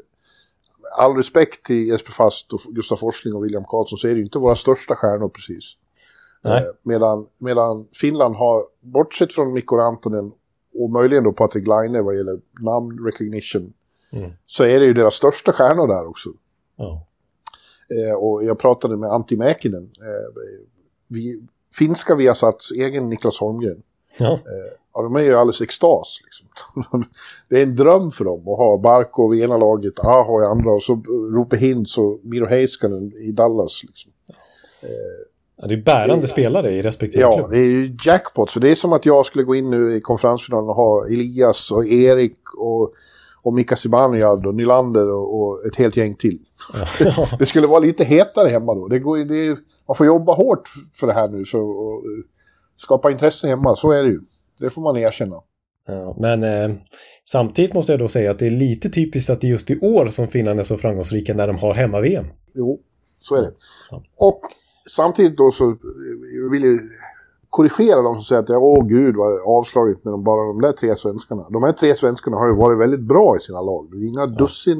all respekt till Jesper Fast och Gustav Forsling och William Karlsson, så är det ju inte våra största stjärnor precis. Nej. Eh, medan, medan Finland har, bortsett från Mikko Rantanen och möjligen då Patrik Laine vad gäller namn recognition, mm. så är det ju deras största stjärnor där också. Ja. Eh, och jag pratade med Antti Mäkinen, eh, vi, finska Viasats egen Niklas Holmgren. Ja. Eh, ja, de är ju alldeles extas. Liksom. Det är en dröm för dem att ha Barkov i ena laget, Aho i andra, och så Roope Hintz och Miro Heiskanen i Dallas. Liksom. Eh, ja, det är bärande det, spelare i respektive ja, klubb. Ja, det är ju jackpot. Så det är som att jag skulle gå in nu i konferensfinalen och ha Elias och Erik och, och Mika Zibanejad och Nylander och, och ett helt gäng till. Ja. Det skulle vara lite hetare hemma då. Det går, det är, man får jobba hårt för det här nu, så och, skapa intresse hemma, så är det ju. Det får man erkänna. Ja, men eh, samtidigt måste jag då säga att det är lite typiskt att det är just i år som Finland är så framgångsrika när de har hemma-V M. Jo, så är det. Ja. Och samtidigt då så vill jag korrigera dem som säger att åh gud vad avslaget med de, bara de där tre svenskarna. De här tre svenskarna har ju varit väldigt bra i sina lag. Det är inga ja. dussin,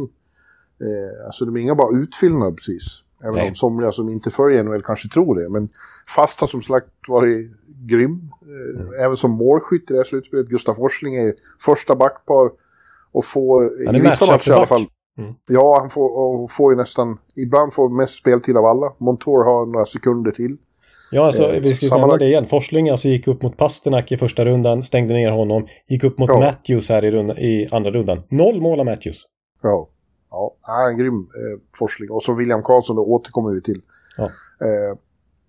eh, alltså de är inga bara utfyllnad precis. Även Nej. om somliga som inte följer N H L kanske tror det. Men Fast har som sagt varit grym. Mm. Även som målskytt i det här slutspelet. Gustav Forsling är första backpar. Och får i vissa matcher i alla fall. Mm. Ja, han får, och får ju nästan, ibland får mest speltid av alla. Montour har några sekunder till. Ja, alltså eh, vi ska nämna det igen. Forsling alltså gick upp mot Pasternak i första rundan. Stängde ner honom. Gick upp mot ja. Matthews här i, runda, i andra rundan. Noll mål av Matthews. Ja. Ja, han är en grym eh, Forsling. Och så William Karlsson, då återkommer vi till. Ja. Eh,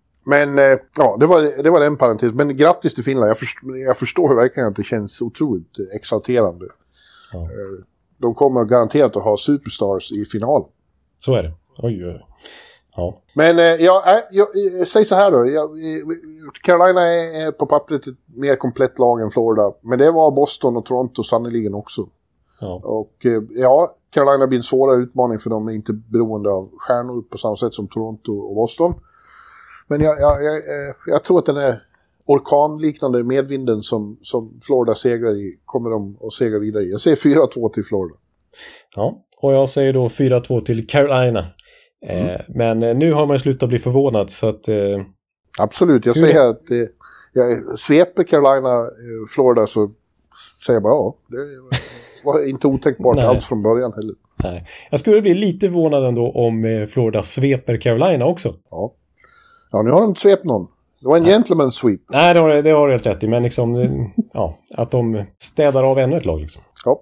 men eh, ja, det var, det var den parentes. Men grattis till Finland. Jag, först, jag förstår verkligen att det känns otroligt exalterande. Ja. Eh, de kommer garanterat att ha superstars i final. Så är det. Oj, oj. Ja. Men eh, jag, jag, jag, jag säger så här då. Jag, Carolina är, är på pappret ett mer komplett lag än Florida. Men det var Boston och Toronto sannoliken också. Ja. Och eh, ja, Carolina blir en svårare utmaning för de är inte beroende av stjärnor på samma sätt som Toronto och Boston. Men jag, jag, jag, jag tror att den här orkanliknande medvinden som, som Florida segrar i kommer de att segra vidare i. Jag säger fyra två till Florida. Ja, och jag säger då fyra två till Carolina. Mm. Eh, men nu har man slutat bli förvånad så att... Eh, Absolut, jag säger det? att eh, jag sveper Carolina, eh, Florida så säger jag bara ja, det var inte otänkbart alls från början heller. Nej. Jag skulle bli lite förvånad ändå om eh, Florida sveper Carolina också. Ja, ja nu har de inte svept någon. Det var en gentleman sweep. Nej, det har, det har rätt rätt i. Men liksom, ja, att de städar av ännu ett lag liksom. Ja,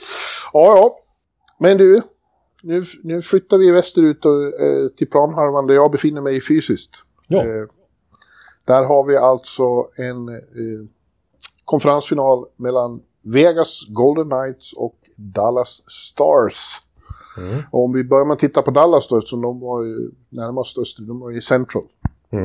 ja, ja. Men du, nu, nu flyttar vi västerut och, eh, till planhalvan där jag befinner mig fysiskt. Ja. Eh, Där har vi alltså en eh, konferensfinal mellan Vegas Golden Knights och Dallas Stars. Mm. Och om vi börjar med att titta på Dallas då, eftersom de var ju närmast öster, de var i Central. Mm.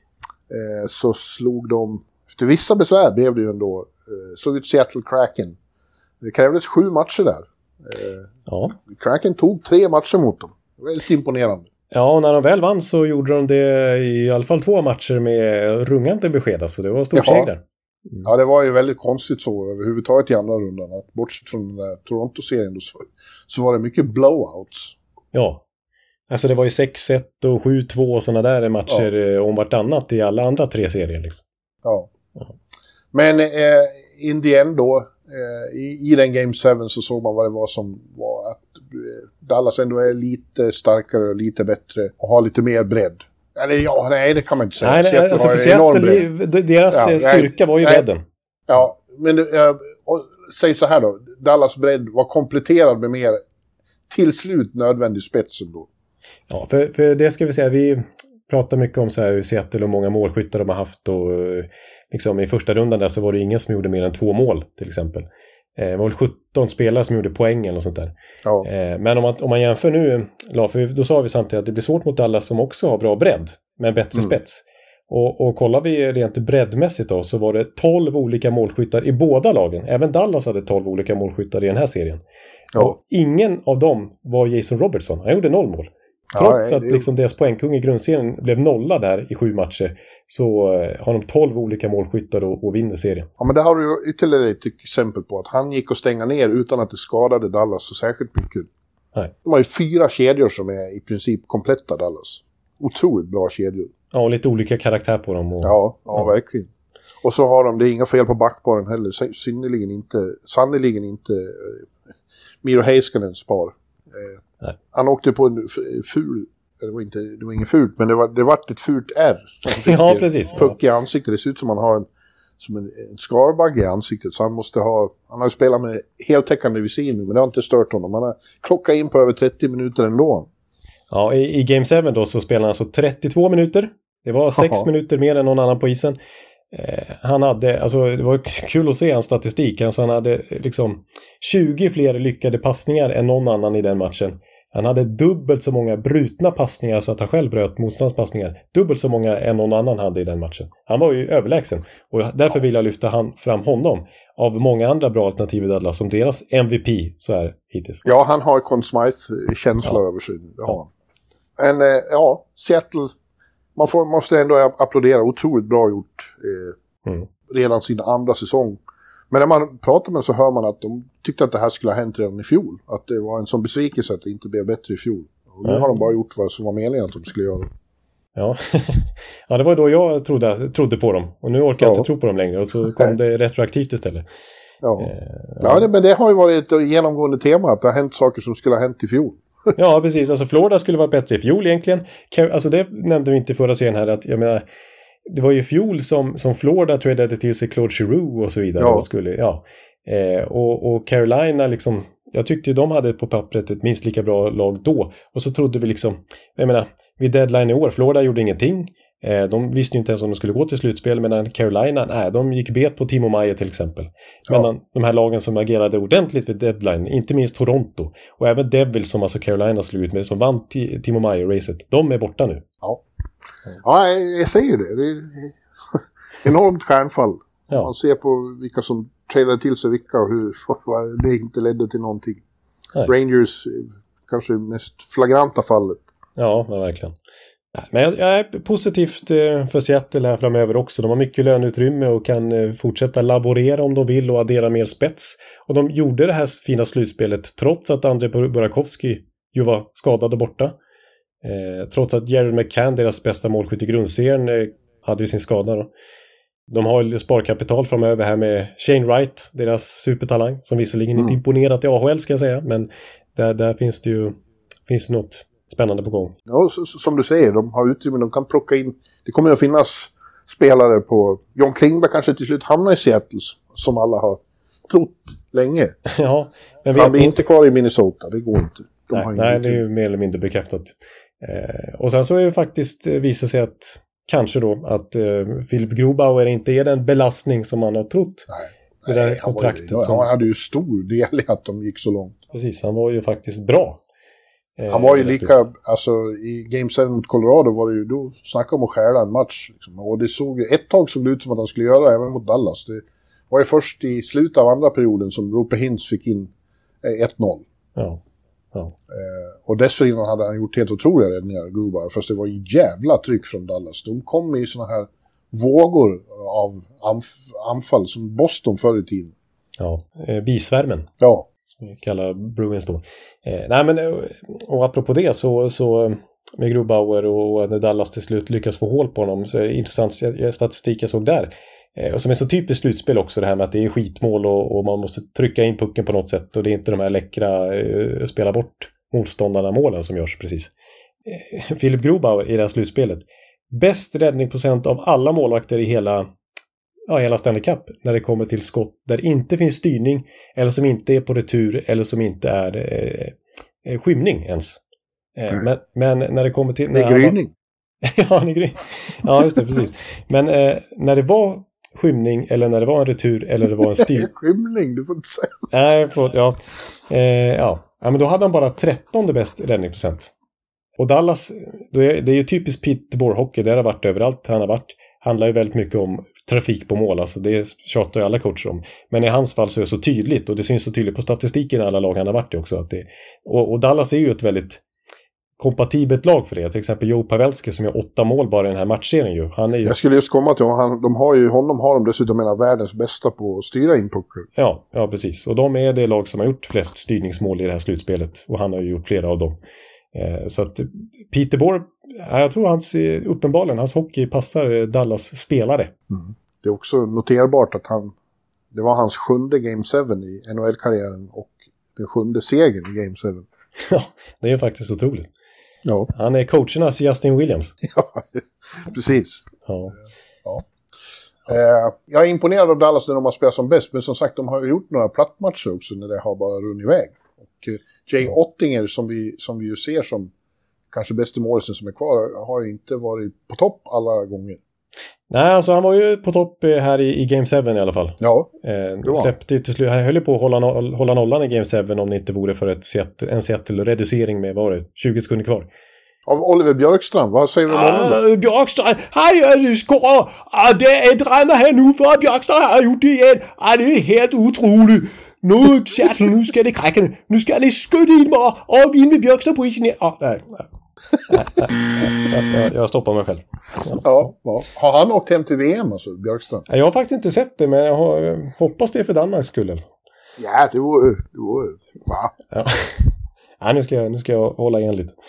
Eh, så slog de, efter vissa besvär blev det ju ändå, eh, slog ut Seattle Kraken. Det krävdes sju matcher där. Eh, ja. Kraken tog tre matcher mot dem. Väldigt imponerande. Ja, och när de väl vann så gjorde de det i alla fall två matcher med rungande besked. Alltså det var stor seger där. Mm. Ja, det var ju väldigt konstigt så överhuvudtaget i andra rundan. Att bortsett från den där Toronto-serien då, så, så var det mycket blowouts. Ja, alltså det var ju sex ett och sju två och sådana där matcher ja. om vartannat i alla andra tre serier. Liksom. Ja. ja. Men eh, in the end då, eh, i, i den Game sju så såg man vad det var som var att eh, Dallas ändå är lite starkare och lite bättre och har lite mer bredd. Eller ja, nej, det kan man inte säga. Nej, nej alltså för Seattle, deras ja, styrka nej, var ju nej. bredden. Ja, men äh, och, säg så här då. Dallas bredd var kompletterad med mer till slut nödvändig spetsen då. Ja, för, för det ska vi säga, vi pratar mycket om så här hur Seattle och många målskyttar de har haft och liksom i första rundan där så var det ingen som gjorde mer än två mål till exempel. Det var väl sjutton spelare som gjorde poängen och sånt där. Ja. Men om man, om man jämför nu, för då sa vi samtidigt att det blir svårt mot alla som också har bra bredd, med bättre mm. spets. Och, och kollar vi rent breddmässigt då så var det tolv olika målskyttar i båda lagen. Även Dallas hade tolv olika målskyttar i den här serien. Ja. Och ingen av dem var Jason Robertson. Han gjorde noll mål. Trots ja, att liksom deras poängkung i grundserien blev nolla där i sju matcher så har de tolv olika målskyttar och, och vinner serien. Ja, men det har du ytterligare ett exempel på att han gick och stänga ner utan att det skadade Dallas så särskilt mycket. Nej. De har ju fyra kedjor som är i princip kompletta Dallas. Otroligt bra kedjor. Ja, och lite olika karaktär på dem. Och, ja, ja, ja, verkligen. Och så har de, det är inga fel på backparen heller. Synnerligen inte, sannoliken inte eh, Miro Heiskanens par. Eh, Nej. Han åkte på en ful, det var, inte, det var ingen fult, men det var, det var ett fult R. Ja, precis. Puck i ansiktet, det ser ut som man har en, som en, en skarbagge i ansiktet. Så han måste ha, han har ju spelat med heltäckande visir nu, men det har inte stört honom. Han har klockat in på över trettio minuter ändå. Ja, i, i Game sju då så spelade han alltså trettiotvå minuter. Det var sex Aha. minuter mer än någon annan på isen. Eh, han hade, alltså det var kul att se hans statistik. Alltså han hade liksom tjugo fler lyckade passningar än någon annan i den matchen. Han hade dubbelt så många brutna passningar så att han själv bröt motståndspassningar. Dubbelt så många än någon annan hade i den matchen. Han var ju överlägsen. Och därför vill jag lyfta han, fram honom av många andra bra alternativ i Dallas som deras M V P så här hittills. Ja, han har Conn Smythe-känsla ja. över sig. Det har han. Men eh, ja, Seattle, man får, måste ändå applådera. Otroligt bra gjort eh, mm. redan sin andra säsong. Men när man pratar med så hör man att de tyckte att det här skulle ha hänt redan i fjol. Att det var en sån besvikelse att det inte blev bättre i fjol. Och nu mm. har de bara gjort vad som var meningen att de skulle göra. Ja, ja det var då jag trodde, trodde på dem. Och nu orkar jag ja. inte tro på dem längre. Och så kom det retroaktivt istället. Ja, eh, ja det, men det har ju varit ett genomgående tema att det har hänt saker som skulle ha hänt i fjol. Ja, precis. Alltså Florida skulle vara bättre i fjol egentligen. Alltså det nämnde vi inte i förra serien här. Att, jag menar, det var ju fjol som, som Florida tradade till sig Claude Giroux och så vidare. Ja. Och, skulle, ja. Eh, och, och Carolina liksom, jag tyckte ju de hade på pappret ett minst lika bra lag då. Och så trodde vi liksom, jag menar, vid deadline i år, Florida gjorde ingenting. Eh, de visste ju inte ens om de skulle gå till slutspel, medan Carolina, nej, de gick bet på Timo Meier till exempel. Ja. Medan de här lagen som agerade ordentligt vid deadline, inte minst Toronto, och även Devils som alltså Carolina slog ut med, som vann t- Timo Meier-racet, de är borta nu. Ja, ja jag, jag säger det. Det är enormt stjärnfall. Ja. Man ser på vilka som tradade till sig vilka och hur det inte ledde till någonting. Nej. Rangers kanske mest flagranta fallet. Ja, men verkligen. Men jag, jag är positivt för Seattle här framöver också. De har mycket löneutrymme och kan fortsätta laborera om de vill och addera mer spets. Och de gjorde det här fina slutspelet trots att Andrei Burakovsky ju var skadad och borta. Eh, trots att Jared McCann, deras bästa målskytt i grundserien, eh, hade ju sin skada då. De har sparkapital framöver här med Shane Wright, deras supertalang, som visserligen mm. inte imponerat i A H L ska jag säga, men där, där finns det ju finns det något spännande på gång. Ja, så, som du säger, de har utrymme, de kan plocka in, det kommer att finnas spelare på, John Klingberg kanske till slut hamnar i Seattle, som alla har trott länge. Ja, men han blir inte kvar i Minnesota, det går inte. De nej, nej det är ju mer eller mindre bekräftat. Eh, och sen så är det faktiskt visat sig att kanske då att eh, Philip Grubauer inte är den belastning som man har trott. Nej, det där nej, kontraktet. Han, var ju, som... han hade ju stor del i att de gick så långt. Precis, han var ju faktiskt bra. Eh, han var ju lika, alltså i Game sju mot Colorado var det ju, då snackade om att skära en match. Liksom. Och det såg ju, ett tag såg det ut som att han skulle göra även mot Dallas. Det var ju först i slutet av andra perioden som Roope Hintz fick in eh, ett noll. Ja. Ja. Eh, och dessförinnan hade han gjort helt otroliga räddningar, Grubauer, fast det var ju jävla tryck från Dallas. De kom i såna här vågor av anf- anfall som Boston förr i tiden. Ja, eh, bisvärmen. Ja. Som vi kallar Bruins då. Eh, nej men, och, och apropå det så, så med Grubauer och när Dallas till slut lyckas få hål på honom så är det intressant statistik jag såg där. Eh, och som är så typiskt slutspel också det här med att det är skitmål och, och man måste trycka in pucken på något sätt och det är inte de här läckra eh, spela bort motståndarna målen som görs precis. Eh, Philip Grubauer i det här slutspelet. Bäst räddningsprocent av alla målvakter i hela, ja, hela Stanley Cup när det kommer till skott där det inte finns styrning eller som inte är på retur eller som inte är eh, skymning ens. Eh, men, men när det kommer till... Det är gryning. ja, det är gryning. Ja, just det, precis. Men eh, när det var skymning eller när det var en retur eller det var en styr... skymning, du får inte säga så. Nej, förlåt, ja. Eh, ja. ja. Men då hade han bara trettonde bäst räddningsprocent. Och Dallas, då är, det är ju typiskt Pete DeBoer-hockey, det har varit överallt han har varit. Handlar ju väldigt mycket om trafik på mål, alltså det tjatar ju alla coacher om. Men i hans fall så är det så tydligt, och det syns så tydligt på statistiken i alla lag han har varit i också. Att det, och, och Dallas är ju ett väldigt kompatibelt lag för det. Till exempel Joe Pavelski som gör åtta mål bara i den här matchserien ju. Han är ju... Jag skulle just komma till honom, de har ju, honom har de dessutom en av världens bästa på att styra in puckar. Ja, ja, precis. Och de är det lag som har gjort flest styrningsmål i det här slutspelet. Och han har ju gjort flera av dem. Eh, så att Peter Bohr, jag tror hans, uppenbarligen, hans hockey passar Dallas spelare. Mm. Det är också noterbart att han, det var hans sjunde Game sju i N H L-karriären och den sjunde segern i Game sju. Ja, det är faktiskt otroligt. Ja. Han är coachernas Justin Williams. Ja, precis. Ja. Ja. Eh, jag är imponerad av Dallas när de har spelat som bäst, men som sagt, de har gjort några plattmatcher också när det har bara runnit iväg. Och eh, Jay ja. Ottinger som vi, som vi ju ser som kanske bästa målisen som är kvar har ju inte varit på topp alla gånger. Nej, alltså han var ju på topp här i, i Game sju i alla fall. Ja, eh, det var. Släppte ju till slut, han höll ju på att hålla, noll, hålla nollan i Game sju om det inte vore för ett set, en Seattle-reducering med, vad var det, tjugo sekunder kvar. Av Oliver Björkstrand, vad säger du om honom? Uh, Björkstrand, hej, skårer! Uh, det är drama här nu för Björkstrand har gjort det igen. Uh, det är helt otroligt. Nu, Seattle, nu ska det kräcka. Nu ska det skjuta in mig och vinna med Björkstrand-prisen. Uh, nej, nej. nej, nej. Jag, jag stoppar mig själv. Ja. Ja, ja. Har han åkt hem till V M, alltså, Björkstrand? Jag har faktiskt inte sett det, men jag, har, jag hoppas det för Danmarks skull. Ja, det var... Det var va? Ja. Ja, nu ska jag, nu ska jag hålla igen lite.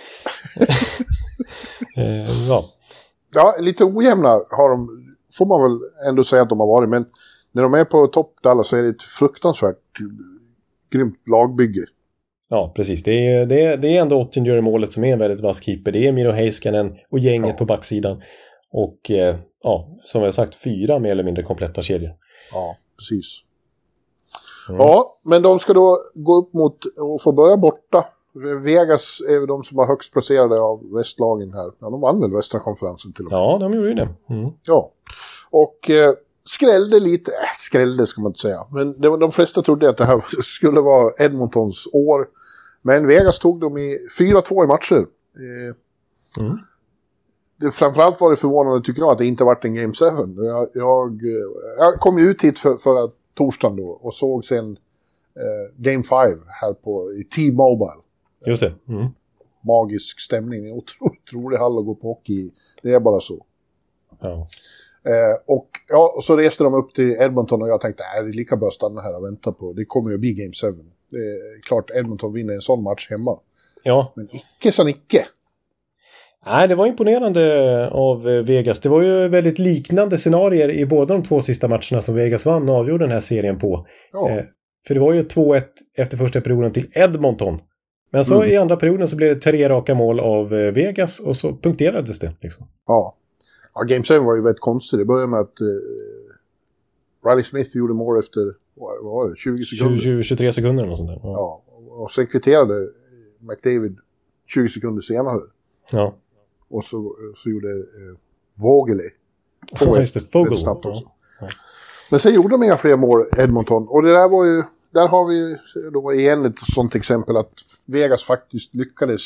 eh, ja. Ja, lite ojämna har de, får man väl ändå säga att de har varit, men när de är på topp Dallas så är det ett fruktansvärt grymt lagbygge. Ja, precis. Det är, det är, det är ändå åttionde målet som är en väldigt vass keeper. Det är Miro Heiskanen och gänget ja. på backsidan. Och eh, ja, som jag har sagt, fyra mer eller mindre kompletta kedjor. Ja, precis. Mm. Ja, men de ska då gå upp mot och få börja borta. Vegas är de som var högst placerade av västlagen här. Ja, de vann väl västra konferensen till och med. Ja, de gjorde ju det. Mm. Ja, och eh, skrällde lite, äh, skrällde ska man inte säga. Men det, de flesta trodde att det här skulle vara Edmontons år. Men Vegas tog dem i fyra två i matcher. Eh, mm. det, framförallt var det förvånande tycker jag att det inte varit en Game sju. Jag, jag, jag kom ju ut hit för, för att torsdagen då och såg sen eh, Game fem här på i T-Mobile. Just det. Mm. Magisk stämning. Det är otroligt rolig hall att gå på hockey. Det är bara så. Ja. Eh, och, ja, och så reste de upp till Edmonton och jag tänkte att det är lika bra att stanna här och vänta på. Det kommer ju att bli Game sju. Det är klart Edmonton vinner en sån match hemma. Ja. Men icke så icke. Nej, det var imponerande av Vegas. Det var ju väldigt liknande scenarier i båda de två sista matcherna som Vegas vann och avgjorde den här serien på. Ja. Eh, för det var ju två ett efter första perioden till Edmonton. Men så mm. i andra perioden så blev det tre raka mål av Vegas och så punkterades det. Liksom. Ja. ja, Game sju var ju väldigt konstigt. Det började med att eh, Riley Smith gjorde mål efter vad var det, tjugo sekunder. tjugo till tjugotre sekunder eller något sånt där. Ja, ja och sen kvitterade McDavid tjugo sekunder senare. Ja. Och så, så gjorde eh, Vogeli. Ja, just det. Vogel. Snabbt också. Ja. Men sen gjorde de inga fler mål, Edmonton. Och det där var ju, där har vi då igen ett sånt exempel att Vegas faktiskt lyckades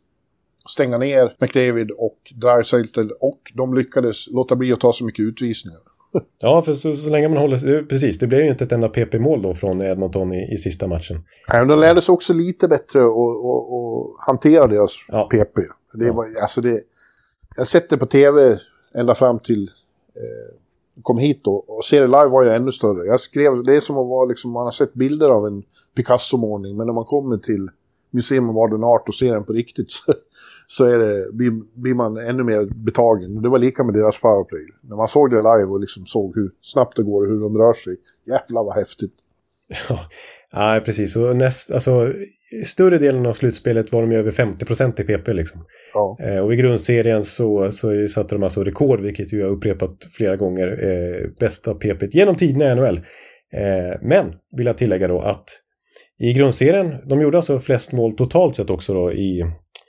stänga ner McDavid och Draisaitl, och de lyckades låta bli att ta så mycket utvisningar. Ja, för så, så länge man håller... Precis, det blev ju inte ett enda P P-mål då från Edmonton i, i sista matchen. Nej, men de lärde sig också lite bättre att hantera deras ja. P P. Det var, ja. alltså det, jag har sett det på tv ända fram till eh, kom hit då, och serien live var ju ännu större. Jag skrev, det är som att vara liksom, man har sett bilder av en Picasso-målning, men när man kommer till Museum of Modern Art och ser den på riktigt så, så är det, blir, blir man ännu mer betagen. Det var lika med deras powerplay. När man såg det live och liksom såg hur snabbt det går och hur de rör sig. Jävlar vad häftigt. Ja, ja precis. Och näst, alltså, större delen av slutspelet var de ju över femtio procent i P P liksom. Ja. Eh, och i grundserien så, så satte de alltså rekord, vilket vi har upprepat flera gånger. Eh, bästa P P genom tiden i N H L. Eh, men vill jag tillägga då att i grundserien, de gjorde alltså flest mål totalt sett också då i,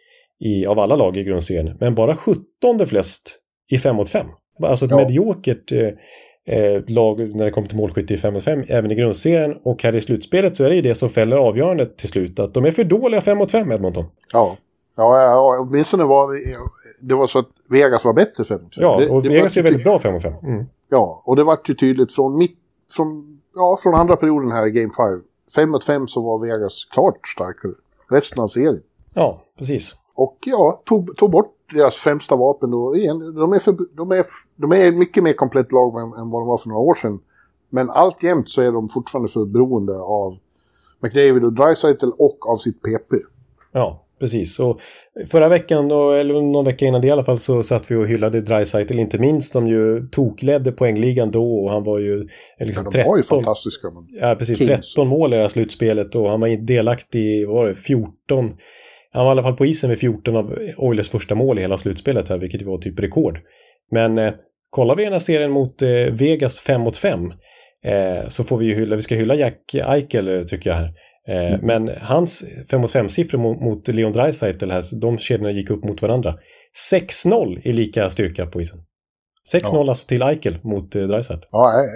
i, av alla lag i grundserien. Men bara sjuttonde flest i fem mot fem. Alltså ett ja. mediokert eh, eh, lag när det kommer till målskytte i fem mot fem även i grundserien. Och här i slutspelet så är det ju det som fäller avgörandet till slut. Att de är för dåliga fem mot fem, Edmonton. Ja, ja, ja åtminstone var det, det var så att Vegas var bättre fem mot fem. Ja, det, och det Vegas är väldigt bra fem mot fem. Mm. Ja, och det var ju tydligt från, mitt, från, ja, från andra perioden här i Game fem. fem mot fem så var Vegas klart starkare. Resten av serien. Ja, precis. Och ja, tog, tog bort deras främsta vapen då igen. De är, för, de är, de är mycket mer komplett lag än, än vad de var för några år sedan. Men alltjämt så är de fortfarande för beroende av McDavid och Draisaitl och av sitt P P. Ja, precis. Och förra veckan, då, eller någon vecka innan det i alla fall, så satt vi och hyllade Draisaitl. Inte minst, de ju tokledde poängligan då och han var ju liksom ja, de tretton. var ju fantastiska. Men ja, precis. Kings. tretton mål i det här slutspelet och han var delaktig i, vad var det, fjorton. Han var i alla fall på isen vid fjorton av Oilers första mål i hela slutspelet här, vilket var typ rekord. Men eh, kollar vi den här serien mot eh, Vegas fem mot fem eh, så får vi ju hylla, vi ska hylla Jack Eichel tycker jag här. Eh, mm. Men hans fem mot fem-siffror mot, mot Leon Draisaitl här, de kedjorna gick upp mot varandra. sex noll i lika styrka på isen. sex noll ja. Alltså till Eichel mot eh, Draisaitl. Ja, nej,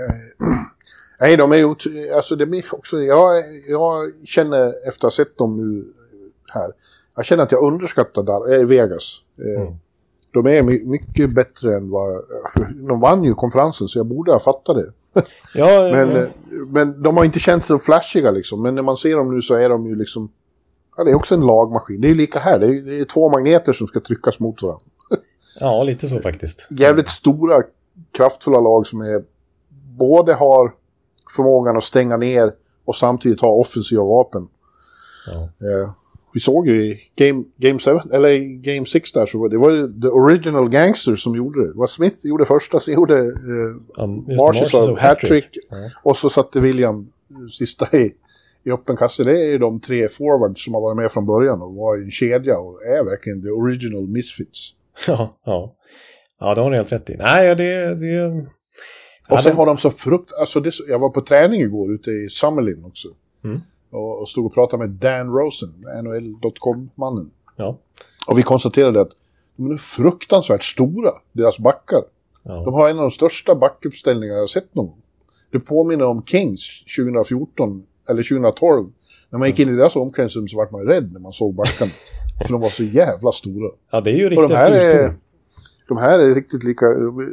nej, de är ju, alltså det är också, jag, jag känner efter att ha sett dem nu här, jag känner att jag underskattar där, äh, Vegas. Eh, mm. De är my- mycket bättre än vad, de vann ju konferensen så jag borde ha fattat det. Ja, men, ja. men de har inte känts så flashiga liksom. Men när man ser dem nu så är de ju liksom, ja, det är också en lagmaskin. Det är ju lika här, det är, det är två magneter som ska tryckas mot varandra. Ja, lite så faktiskt. Jävligt stora, kraftfulla lag som är, både har förmågan att stänga ner och samtidigt ha offensiva vapen. Ja. Eh, vi såg ju i Game, game seven, eller i Game six där, så var det var ju The Original Gangsters som gjorde det. Det var Smith gjorde första, så gjorde eh, um, Marshall hattrick ja. Och så satte William sista i, i öppen kasse. Det är ju de tre forwards som har varit med från början och var i en kedja och är verkligen The Original Misfits. Ja, ja. Ja, det har ni helt rätt i. Nej, det... det... Och sen har de så frukt... Alltså det, jag var på träning igår ute i Summerlin också. Mm. Och, och stod och pratade med Dan Rosen, N H L dot com-mannen. Ja. Och vi konstaterade att de är fruktansvärt stora, deras backar. Ja. De har en av de största backuppställningar jag har sett någon gång. Det påminner om Kings tjugo fjorton eller tjugo tolv. När man gick in i deras omklädningsrum så var man rädd när man såg backarna. För de var så jävla stora. Ja, det är ju riktigt. De här är, de här är riktigt lika...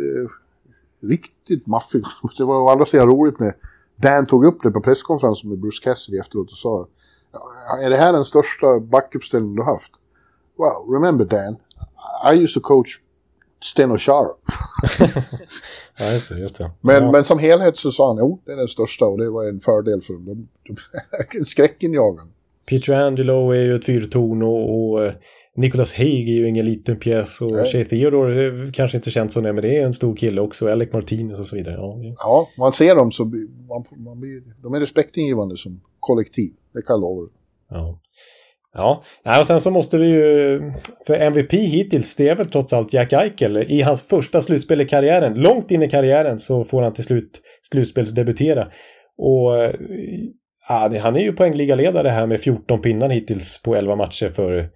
Riktigt maffiga. Det var å andra sidan roligt när Dan tog upp det på presskonferensen med Bruce Cassidy efteråt och sa, är det här den största backuppställningen du har haft? Well, remember Dan, I used to coach Steno Chara. Ja, just det, just det. Men, ja. men som helhet så sa han, jo, det är den största och det var en fördel för dem. De, de, de, skräckinjagande. Pietrangelo är ju ett fyrtorn och, och Nicholas Haig är ju ingen liten pjäs och Shea Theodore är kanske inte känt så, nej, men det är en stor kille också, Alec Martinez och så vidare. Ja, det... ja man ser dem så man, man blir, de är respektingivande som kollektiv, det kan jag lova. Ja. Ja, och sen så måste vi ju, för M V P hittills, det är väl trots allt Jack Eichel. I hans första slutspel i karriären, långt in i karriären, så får han till slut slutspelsdebutera. Och ja, han är ju poängligaledare här med fjorton pinnar hittills på elva matcher för,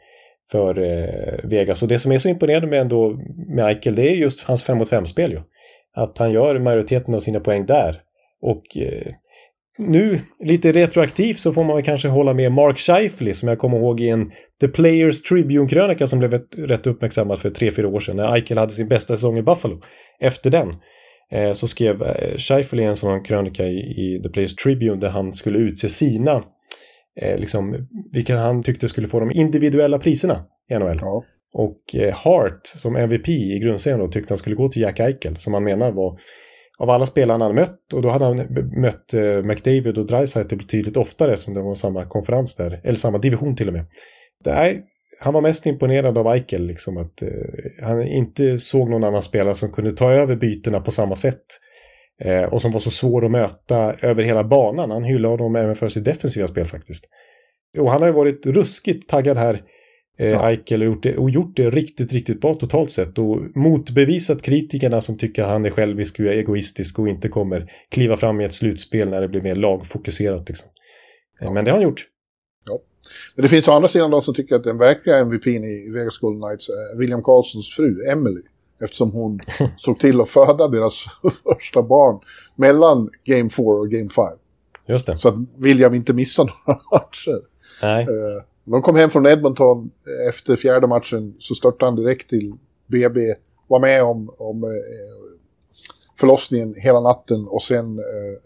för eh, Vegas. Och det som är så imponerande med, ändå, med Eichel, det är just hans fem mot fem-spel ju. Att han gör majoriteten av sina poäng där. Och eh, nu, lite retroaktivt, så får man kanske hålla med Mark Scheifele, som jag kommer ihåg i en The Players Tribune-krönika som blev ett, rätt uppmärksammad för tre fyra år sedan, när Eichel hade sin bästa säsong i Buffalo. Efter den eh, så skrev eh, Scheifele en sån krönika i, i The Players Tribune där han skulle utse sina, eh, liksom, vilka han tyckte skulle få de individuella priserna i N H L. Ja. Och eh, Hart som M V P i grundserien då tyckte han skulle gå till Jack Eichel, som han menar var av alla spelare han hade mött, och då hade han mött eh, McDavid och Draisaitl betydligt oftare, som det var samma konferens där, eller samma division till och med. Där, han var mest imponerad av Eichel, liksom, att eh, han inte såg någon annan spelare som kunde ta över bytena på samma sätt eh, och som var så svår att möta över hela banan. Han hyllade honom även för sitt defensiva spel faktiskt. Och han har ju varit ruskigt taggad här, eh, ja. Eichel, och gjort, det, och gjort det riktigt, riktigt bra totalt sett, och motbevisat kritikerna som tycker att han är självisk och egoistisk och inte kommer kliva fram i ett slutspel när det blir mer lagfokuserat liksom. Ja. Men det har han gjort. Ja. Men det finns å andra sidan de som tycker att den verkliga M V P:n i Vegas Golden Knights är William Karlssons fru, Emily, eftersom hon såg till att föda deras första barn mellan Game fyra och Game fem. Just det. Så att William inte missar några matcher. Nej. Uh, de kom hem från Edmonton efter fjärde matchen, så störtade han direkt till B B, var med om, om uh, förlossningen hela natten, och sen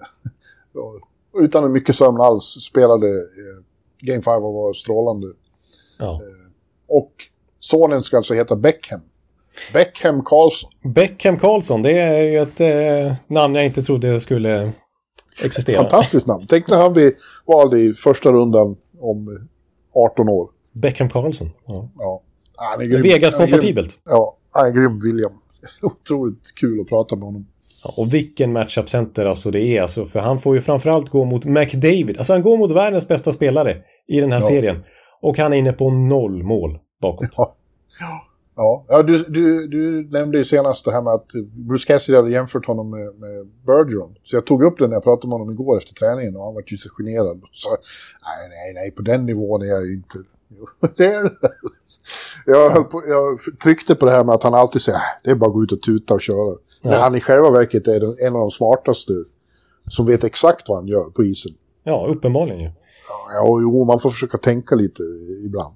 uh, utan mycket sömn alls spelade uh, Game fem och var strålande. Ja. Uh, och sonen ska alltså heta Beckham. Beckham Karlsson. Beckham Karlsson, det är ju ett eh, namn jag inte trodde skulle existera. Fantastiskt namn. Tänk när han blir vald i första rundan om arton år. Beckham Karlsson. Ja. Ja. Han är grym. Vegas-kompatibelt. Ja, han är grym, William. Otroligt kul att prata med honom. Ja, och vilken matchup-center alltså det är. Alltså, för han får ju framförallt gå mot McDavid. Alltså han går mot världens bästa spelare i den här ja. serien. Och han är inne på noll mål bakåt. Ja, ja. ja du, du, du nämnde ju senast det här med att Bruce Cassidy hade jämfört honom med, med Bergeron. Så jag tog upp det när jag pratade med honom igår efter träningen, och han var ju så generad. Så, nej, nej, nej, på den nivån är jag ju inte. Det är det. Jag, höll på, jag tryckte på det här med att han alltid säger det är bara att gå ut och tuta och köra. Ja. Men han i själva verket är en av de smartaste som vet exakt vad han gör på isen. Ja, uppenbarligen ju. Ja, ja jo, man får försöka tänka lite ibland.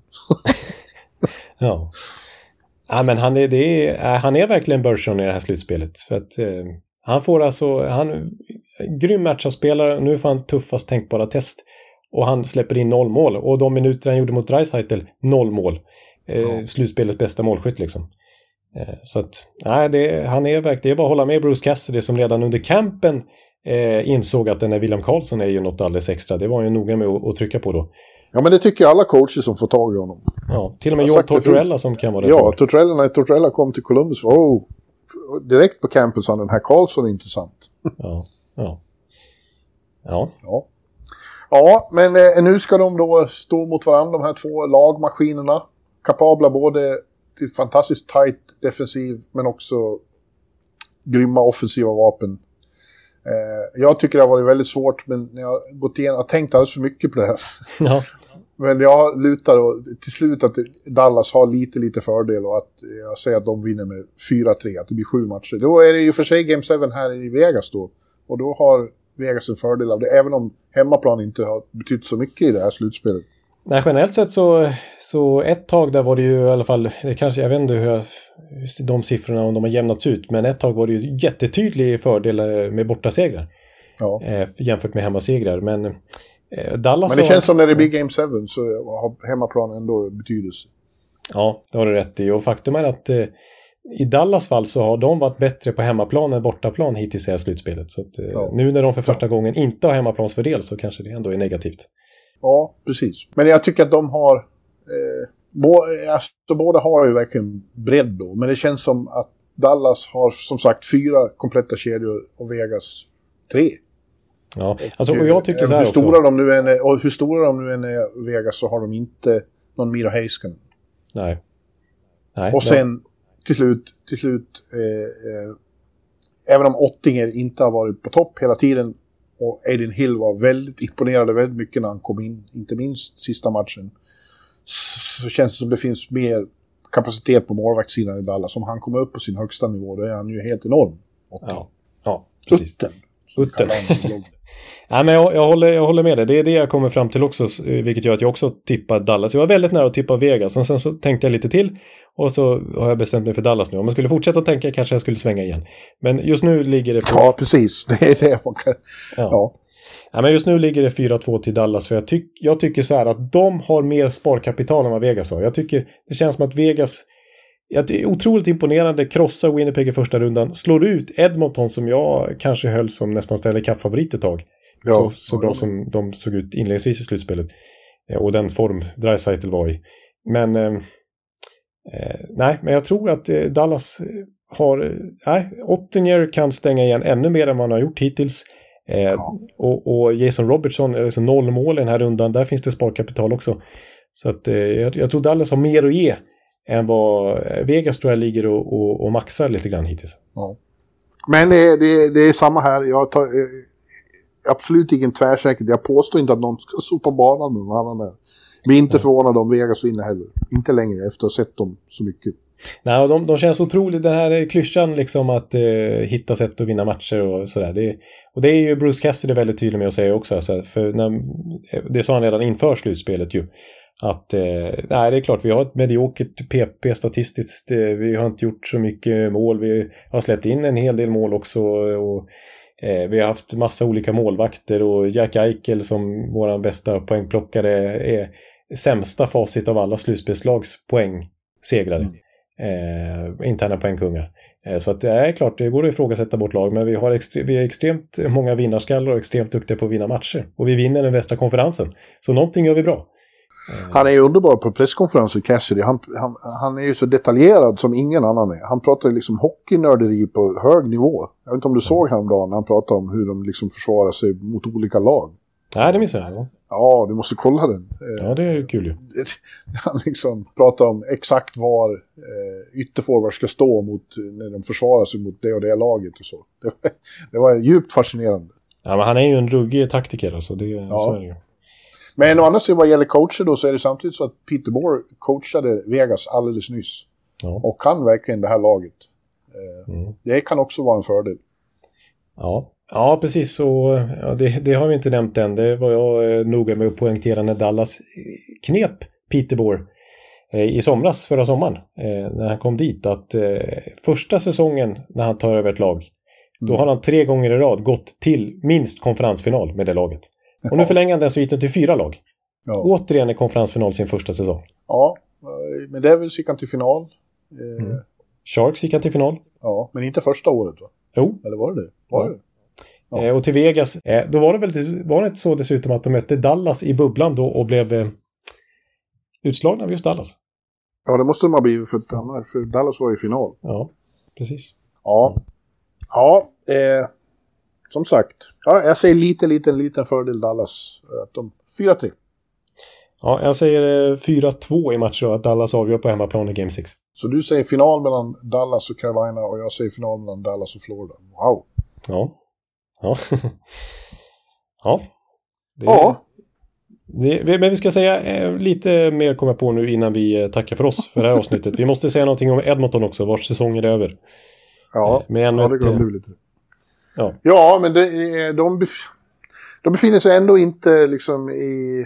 Ja. Ja, men han är, det är, han är verkligen Bergeron i det här slutspelet. För att eh, han får alltså, han grym matchspelare, nu får han tuffast tänkbara test. Och han släpper in noll mål. Och de minuter han gjorde mot Draisaitl, noll mål. Eh, ja. Slutspelets bästa målskytt liksom. Eh, så att, nej, det, han är verkligen, det är bara att hålla med Bruce Cassidy som redan under campen eh, insåg att den här William Karlsson är ju något alldeles extra. Det var han ju noga med att, att trycka på då. Ja, men det tycker alla coacher som får tag i honom. Ja, till och med Joe Tortorella som kan vara det. Ja, Tortorella, när Tortorella kom till Columbus, oh, direkt på campus sa den här Karlsson är intressant. Ja, ja. Ja. Ja, ja men eh, nu ska de då stå mot varandra, de här två lagmaskinerna. Kapabla både till fantastiskt tight defensiv, men också grymma offensiva vapen. Eh, jag tycker det har varit väldigt svårt, men när jag gått igenom, jag har tänkt alldeles för mycket på det här. Ja. Men jag lutar och till slut att Dallas har lite, lite fördel, och att jag säger att de vinner med fyra tre, att det blir sju matcher. Då är det ju för sig Game sju här i Vegas då, och då har Vegas en fördel av det, även om hemmaplan inte har betytt så mycket i det här slutspelet. Nej, generellt sett så, så ett tag där var det ju i alla fall, det kanske, jag vet inte hur, jag, hur de siffrorna om de har jämnats ut, men ett tag var det ju jättetydlig fördel med bortasegrar ja. eh, jämfört med hemmasegrar, men eh, Dallas... Men det känns som när det blir Game sju så har hemmaplan ändå betydelse. Ja, det har du rätt i, och faktum är att eh, i Dallas fall så har de varit bättre på hemmaplan än bortaplan hittills i slutspelet, så att, eh, ja. nu när de för första ja. gången inte har hemmaplansfördel så kanske det ändå är negativt. Ja, precis. Men jag tycker att de har... Eh, bo, alltså, båda har ju verkligen bredd då. Men det känns som att Dallas har som sagt fyra kompletta kedjor och Vegas tre. Ja, alltså, och jag tycker så här hur stora också. De nu än är, och hur stora de nu än är Vegas, så har de inte någon Miro Heiskanen. Nej. Nej. Och sen till slut, till slut eh, eh, även om Ottinger inte har varit på topp hela tiden, och Aiden Hill var väldigt imponerad väldigt mycket när han kom in, inte minst sista matchen, så känns det som det finns mer kapacitet på målvaktssidan i Dallas. Om han kommer upp på sin högsta nivå, då är han ju helt enorm. Ja, ja, precis. Utten. Utten. Nej, men jag, jag, håller, jag håller med dig. Det är det jag kommer fram till också, vilket gör att jag också tippar Dallas. Jag var väldigt nära att tippa Vegas, och sen så tänkte jag lite till, och så har jag bestämt mig för Dallas nu. Om jag skulle fortsätta tänka kanske jag skulle svänga igen. Men just nu ligger det på... Ja, precis. Det är det man kan... Ja. Ja. Ja, men just nu ligger det fyra två till Dallas, för jag, tyck, jag tycker så här att de har mer sparkapital än vad Vegas har. Jag tycker det känns som att Vegas... Ja, det är otroligt imponerande, krossar Winnipeg i första rundan, slår ut Edmonton som jag kanske höll som nästan ställer kappfavorit ett tag. Ja, så, så bra ja. Som de såg ut inledningsvis i slutspelet. Och den form Draisaitl var i. Men eh, nej, men jag tror att eh, Dallas har, nej, Oettinger kan stänga igen ännu mer än man har gjort hittills. Eh, ja. och, och Jason Robertson är alltså noll mål i den här rundan, där finns det sparkapital också. Så att eh, jag, jag tror Dallas har mer att ge än vad Vegas tror jag ligger och, och, och maxar lite grann hittills. Ja. Men det, det, det är samma här. Jag tar eh, absolut ingen tvärsäker. Jag påstår inte att någon ska sopa banan med någon annan där. Men inte ja. Förvånad om Vegas vinner heller. Inte längre efter att ha sett dem så mycket. Nej, de, de känns otroligt. Den här klyschan liksom att eh, hitta sätt att vinna matcher och sådär. Det, och det är ju Bruce Cassidy väldigt tydlig med att säga också. Alltså, för när, det sa han redan inför slutspelet ju. Att, eh, nej, det är klart, vi har ett mediokert P P statistiskt, eh, vi har inte gjort så mycket mål, vi har släppt in en hel del mål också, och eh, vi har haft massa olika målvakter, och Jack Eichel som våran bästa poängplockare är sämsta facit av alla slutspelslags poängsegrare, mm. eh, interna poängkungar. Eh, så att det är klart, det går att ifrågasätta vårt lag, men vi har extre- vi är extremt många vinnarskallar och extremt duktiga på att vinna matcher, och vi vinner den västra konferensen, så någonting gör vi bra. Han är ju underbar på presskonferenser, Cassidy. Han, han, han är ju så detaljerad som ingen annan är. Han pratar liksom hockeynörderi på hög nivå. Jag vet inte om du såg häromdagen när han pratade om hur de liksom försvarar sig mot olika lag. Nej, det missade jag. Ja, du måste kolla den. Ja, det är kul ju. Han liksom pratar om exakt var eh, ytterforward ska stå mot, när de försvarar sig mot det och det laget och så. Det, det var djupt fascinerande. Ja, men han är ju en ruggig taktiker, alltså. Det, ja. Så är det ju. Men å andra sidan vad gäller coacher då, så är det samtidigt så att Peter Bohr coachade Vegas alldeles nyss. Ja. Och kan verkligen det här laget. Mm. Det kan också vara en fördel. Ja, ja precis. Och, ja, det, det har vi inte nämnt än. Det var jag noga med att poängtera när Dallas knep Peter Bohr eh, i somras, förra sommaren. Eh, när han kom dit. Att eh, första säsongen när han tar över ett lag, mm. då har han tre gånger i rad gått till minst konferensfinal med det laget. Och nu förlänger han den sviten till fyra lag. Ja. Återigen är konferensfinal sin första säsong. Ja, men det är väl gick han till final. Mm. Sharks gick han till final. Ja, men inte första året va? Jo. Eller var det det? Var ja. det? Ja. Eh, och till Vegas, eh, då var det väl var det inte så dessutom att de mötte Dallas i bubblan då och blev eh, utslagna av just Dallas. Ja, det måste de ha blivit för, för Dallas var i final. Ja, precis. Ja, ja eh... som sagt, ja, jag säger lite, liten, liten fördel Dallas. Att de, fyra tre. Ja, jag säger fyra två i matcher och att Dallas avgör på hemmaplan i Game sex. Så du säger final mellan Dallas och Carolina och jag säger final mellan Dallas och Florida. Wow. Ja. Ja. Ja. Det, ja. Det, men vi ska säga eh, lite mer kommer på nu innan vi eh, tackar för oss för det här avsnittet. Vi måste säga någonting om Edmonton också, vars säsong är över. Ja, eh, ja det glömde vi lite. Ja. ja, men det, de, bef- de befinner sig ändå inte liksom i,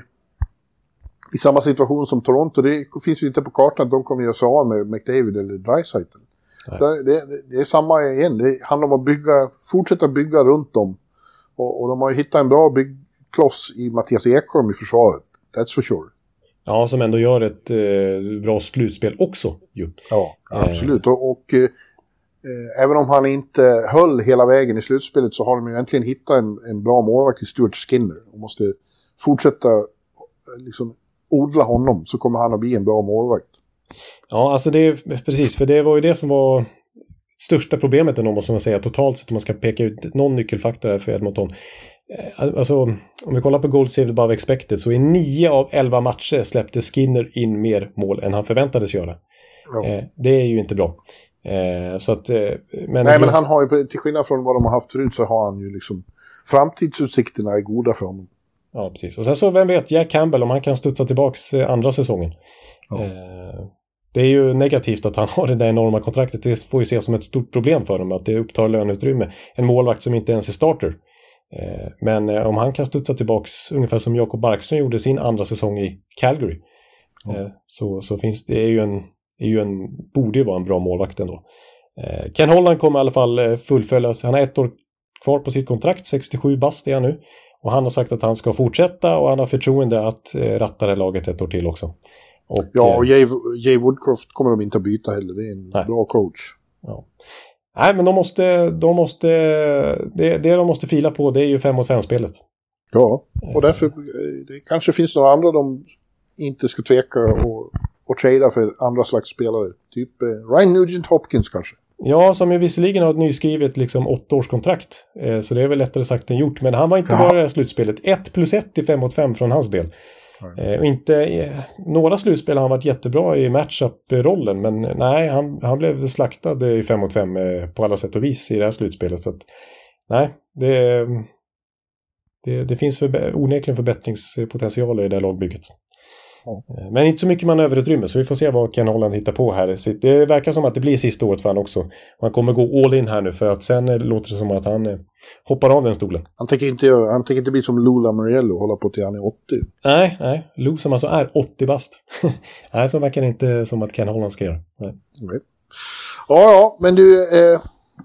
i samma situation som Toronto. Det finns ju inte på kartan att de kommer göra sig av med McDavid eller Draisaitl. Det, det, det är samma igen. Det handlar om att bygga, fortsätta bygga runt dem. Och, och de har ju hittat en bra byggkloss i Mattias Ekholm i försvaret. That's for sure. Ja, som ändå gör ett eh, bra slutspel också. Ju. Ja, absolut. Och... och Eh, även om han inte höll hela vägen i slutspelet så har de ju äntligen hittat en, en bra målvakt i Stuart Skinner. Och måste fortsätta liksom, odla honom så kommer han att bli en bra målvakt. Ja, alltså det är precis. För det var ju det som var största problemet ändå, måste man säga, totalt sett om man ska peka ut någon nyckelfaktor här för Edmonton. Alltså, om vi kollar på goal saved above expected så i nio av elva matcher släppte Skinner in mer mål än han förväntades göra. Ja. Eh, det är ju inte bra. Eh, så att, eh, men Nej, men han har ju, till skillnad från vad de har haft förut så har han ju liksom framtidsutsikterna är goda för honom. Ja, precis. Och sen så, vem vet, Jack Campbell, om han kan studsa tillbaks andra säsongen. Ja. Eh, det är ju negativt att han har det där enorma kontraktet. Det får ju ses som ett stort problem för dem, att det upptar löneutrymme. En målvakt som inte ens är starter. Eh, men eh, om han kan studsa tillbaks ungefär som Jacob Barkström gjorde sin andra säsong i Calgary. Ja. Eh, så, så finns det är ju en, är ju en, borde ju vara en bra målvakt ändå. Eh, Ken Holland kommer i alla fall fullföljas. Han har ett år kvar på sitt kontrakt, sextiosju bast är han nu. Och han har sagt att han ska fortsätta och han har förtroende att eh, ratta det laget ett år till också. Och, ja, och Jay, Jay Woodcroft kommer de inte att byta heller. Det är en nej. bra coach. Ja. Nej, men de måste, de måste det, det de måste fila på, det är ju fem mot fem-spelet. Ja, och därför det kanske finns några andra de inte ska tveka och, och trada för andra slags spelare. Typ eh, Ryan Nugent Hopkins kanske. Ja, som ju visserligen har ett nyskrivet liksom åttaårskontrakt. Eh, så det är väl lättare sagt än gjort. Men han var inte ja. bara i slutspelet. ett plus ett i fem mot fem från hans del. Eh, och inte, eh, några slutspel har han varit jättebra i matchup-rollen. Men nej, han, han blev slaktad i fem mot fem eh, på alla sätt och vis i det här slutspelet. Så att, nej, det, det, det finns för, onekligen förbättringspotentialer i det här lagbygget. Ja. Men inte så mycket manöverutrymme, så vi får se vad Ken Holland hittar på här. Det verkar som att det blir sista året för han också. Han kommer gå all in här nu, för att sen låter det som att han hoppar av den stolen. Han tänker inte, han tänker inte bli som Lou Lamoriello och hålla på till han är åttio. Nej, nej. Lou som alltså är åttio bast. Nej, så verkar det inte som att Ken Holland ska göra. Nej. Nej. Ja, ja, men du, eh,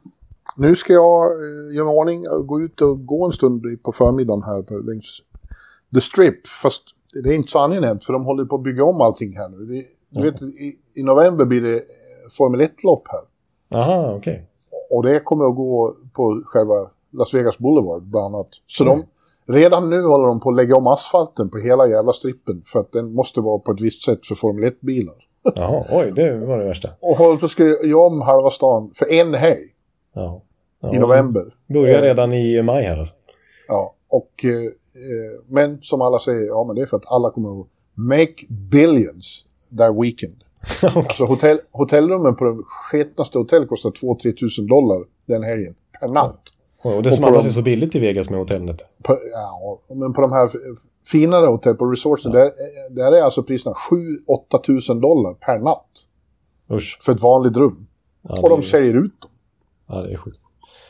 nu ska jag eh, göra ordning och gå ut och gå en stund på förmiddagen här på längs The Strip, fast det är inte så angenämt för de håller på att bygga om allting här nu. Det, du mm. vet, i, i november blir det Formel ett-lopp här. Aha, okej. Okay. Och det kommer att gå på själva Las Vegas Boulevard bland annat. Så mm. de, redan nu håller de på att lägga om asfalten på hela jävla strippen för att den måste vara på ett visst sätt för Formel ett-bilar. Jaha, oj, det var det värsta. Och håller på att ska göra om halva stan för en helg. Ja. Ja, i november. Börjar redan i maj här alltså. Ja, och eh, men som alla säger, ja men det är för att alla kommer att make billions that weekend. Okay. Alltså hotell, hotellrummen på de sketnaste hotell kostar två till tre tusen dollar den helgen per natt. Ja. Och det som annars är så billigt i Vegas med hotellnet. På, ja, men på de här finare hotell på resortsen, ja. där, där är alltså priserna sju till åtta tusen dollar per natt. Usch. För ett vanligt rum. Ja, och de är... säljer ut dem. Ja, det är sjukt.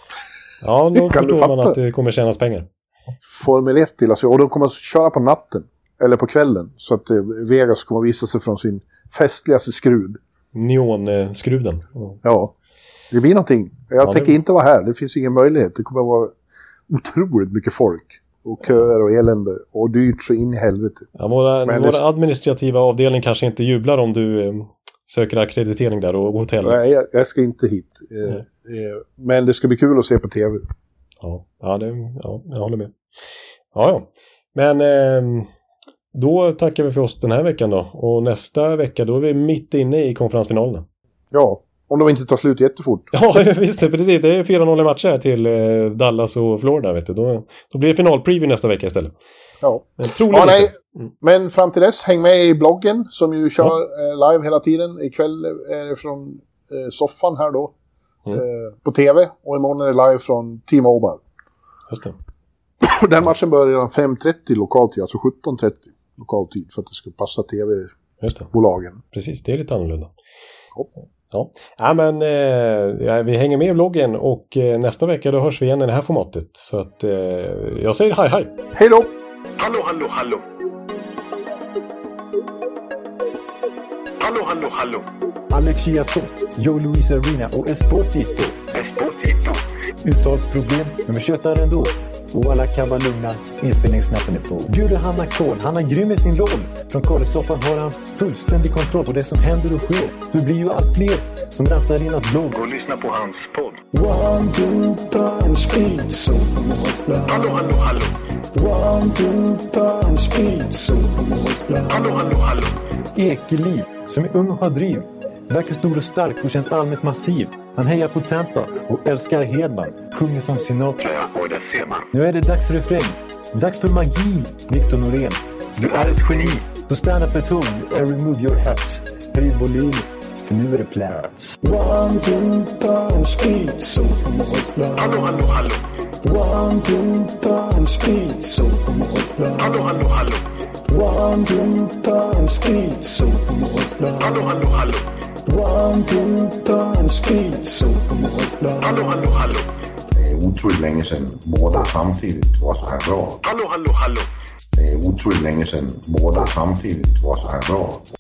Ja, då förstår man att det kommer tjänas pengar. Formel ett till, alltså, och de kommer att köra på natten eller på kvällen, så att eh, Vegas kommer att visa sig från sin festligaste skrud. Neonskruden. Mm. Ja, det blir någonting. Jag ja, tänker det... inte vara här, det finns ingen möjlighet. Det kommer att vara otroligt mycket folk och köer och elände och dyrt så in i helvete. Ja, våra, våra det... administrativa avdelning kanske inte jublar om du eh, söker akkreditering där och hotell. Nej, jag, jag ska inte hit. Eh, eh, men det ska bli kul att se på tv. Ja, ja, det, ja jag håller med. Ja, ja. Men eh, då tackar vi för oss den här veckan då. Och nästa vecka då är vi mitt inne i konferensfinalerna. Ja, om de inte tar slut jättefort. Ja, visst, precis. Det är fyra noll matcher till eh, Dallas och Florida, vet du. Då, då blir det finalpreview nästa vecka istället. Ja, men, ja nej. Mm. Men fram till dess, häng med i bloggen som ju kör ja. eh, live hela tiden. Ikväll är det från eh, soffan här då. Mm. Eh, på tv. Och imorgon är det live från T-Mobile. Just det. Den matchen börjar redan fem trettio lokaltid, alltså sjutton trettio lokaltid, för att det ska passa tv-bolagen. Precis, det är lite annorlunda. Ja, ja. ja men eh, ja, vi hänger med i bloggen och eh, nästa vecka då hörs vi igen i det här formatet. Så att eh, jag säger hej hej. Hej då! Hallå, hallå, hallå. Hallå, hallå, hallå. Alex Chiazot, Joe Luis Arena och Esposito. Esposito. Uttalsproblem, men vi tjötar ändå. Och alla kan vara lugna, inspelningsknappen är på. Bjuder Hanna Kohl, han är grym i sin roll. Från Kålesoffan har han fullständig kontroll på det som händer och sker. Det blir ju allt fler som rattar in hans blogg. Och lyssna på hans podd. One, two, three, speed, so hallå, hallå, hallå. One, two, three, speed, so hallå, hallå, hallå. Ekeliv, som är ung och har driv. Verkar stor och stark och känns allmänt massiv. Han hejar på Tampa och älskar Hedman. Sjunger som Sinatra. Ja, och det ser man. Nu är det dags för refräng. Dags för magi, Victor Norén. Du är ett geni. Så stand up at home and remove your hats. Höj volym, för nu är det plats. One, two, three, speed, so hallå, hallå, hallå. One, two, time, speed, supermålsplan. Hallå, hallå, hallå. One, two, time, speed, supermålsplan. Hallå, hallå, hallå. One, two, time, speed, supermålsplan. Hallå, hallå, hallå. Det är otroligt länge sedan båda samtidigt var så här bra. Hallå, hallå, hallå. Det är otroligt länge sedan båda samtidigt var så här bra.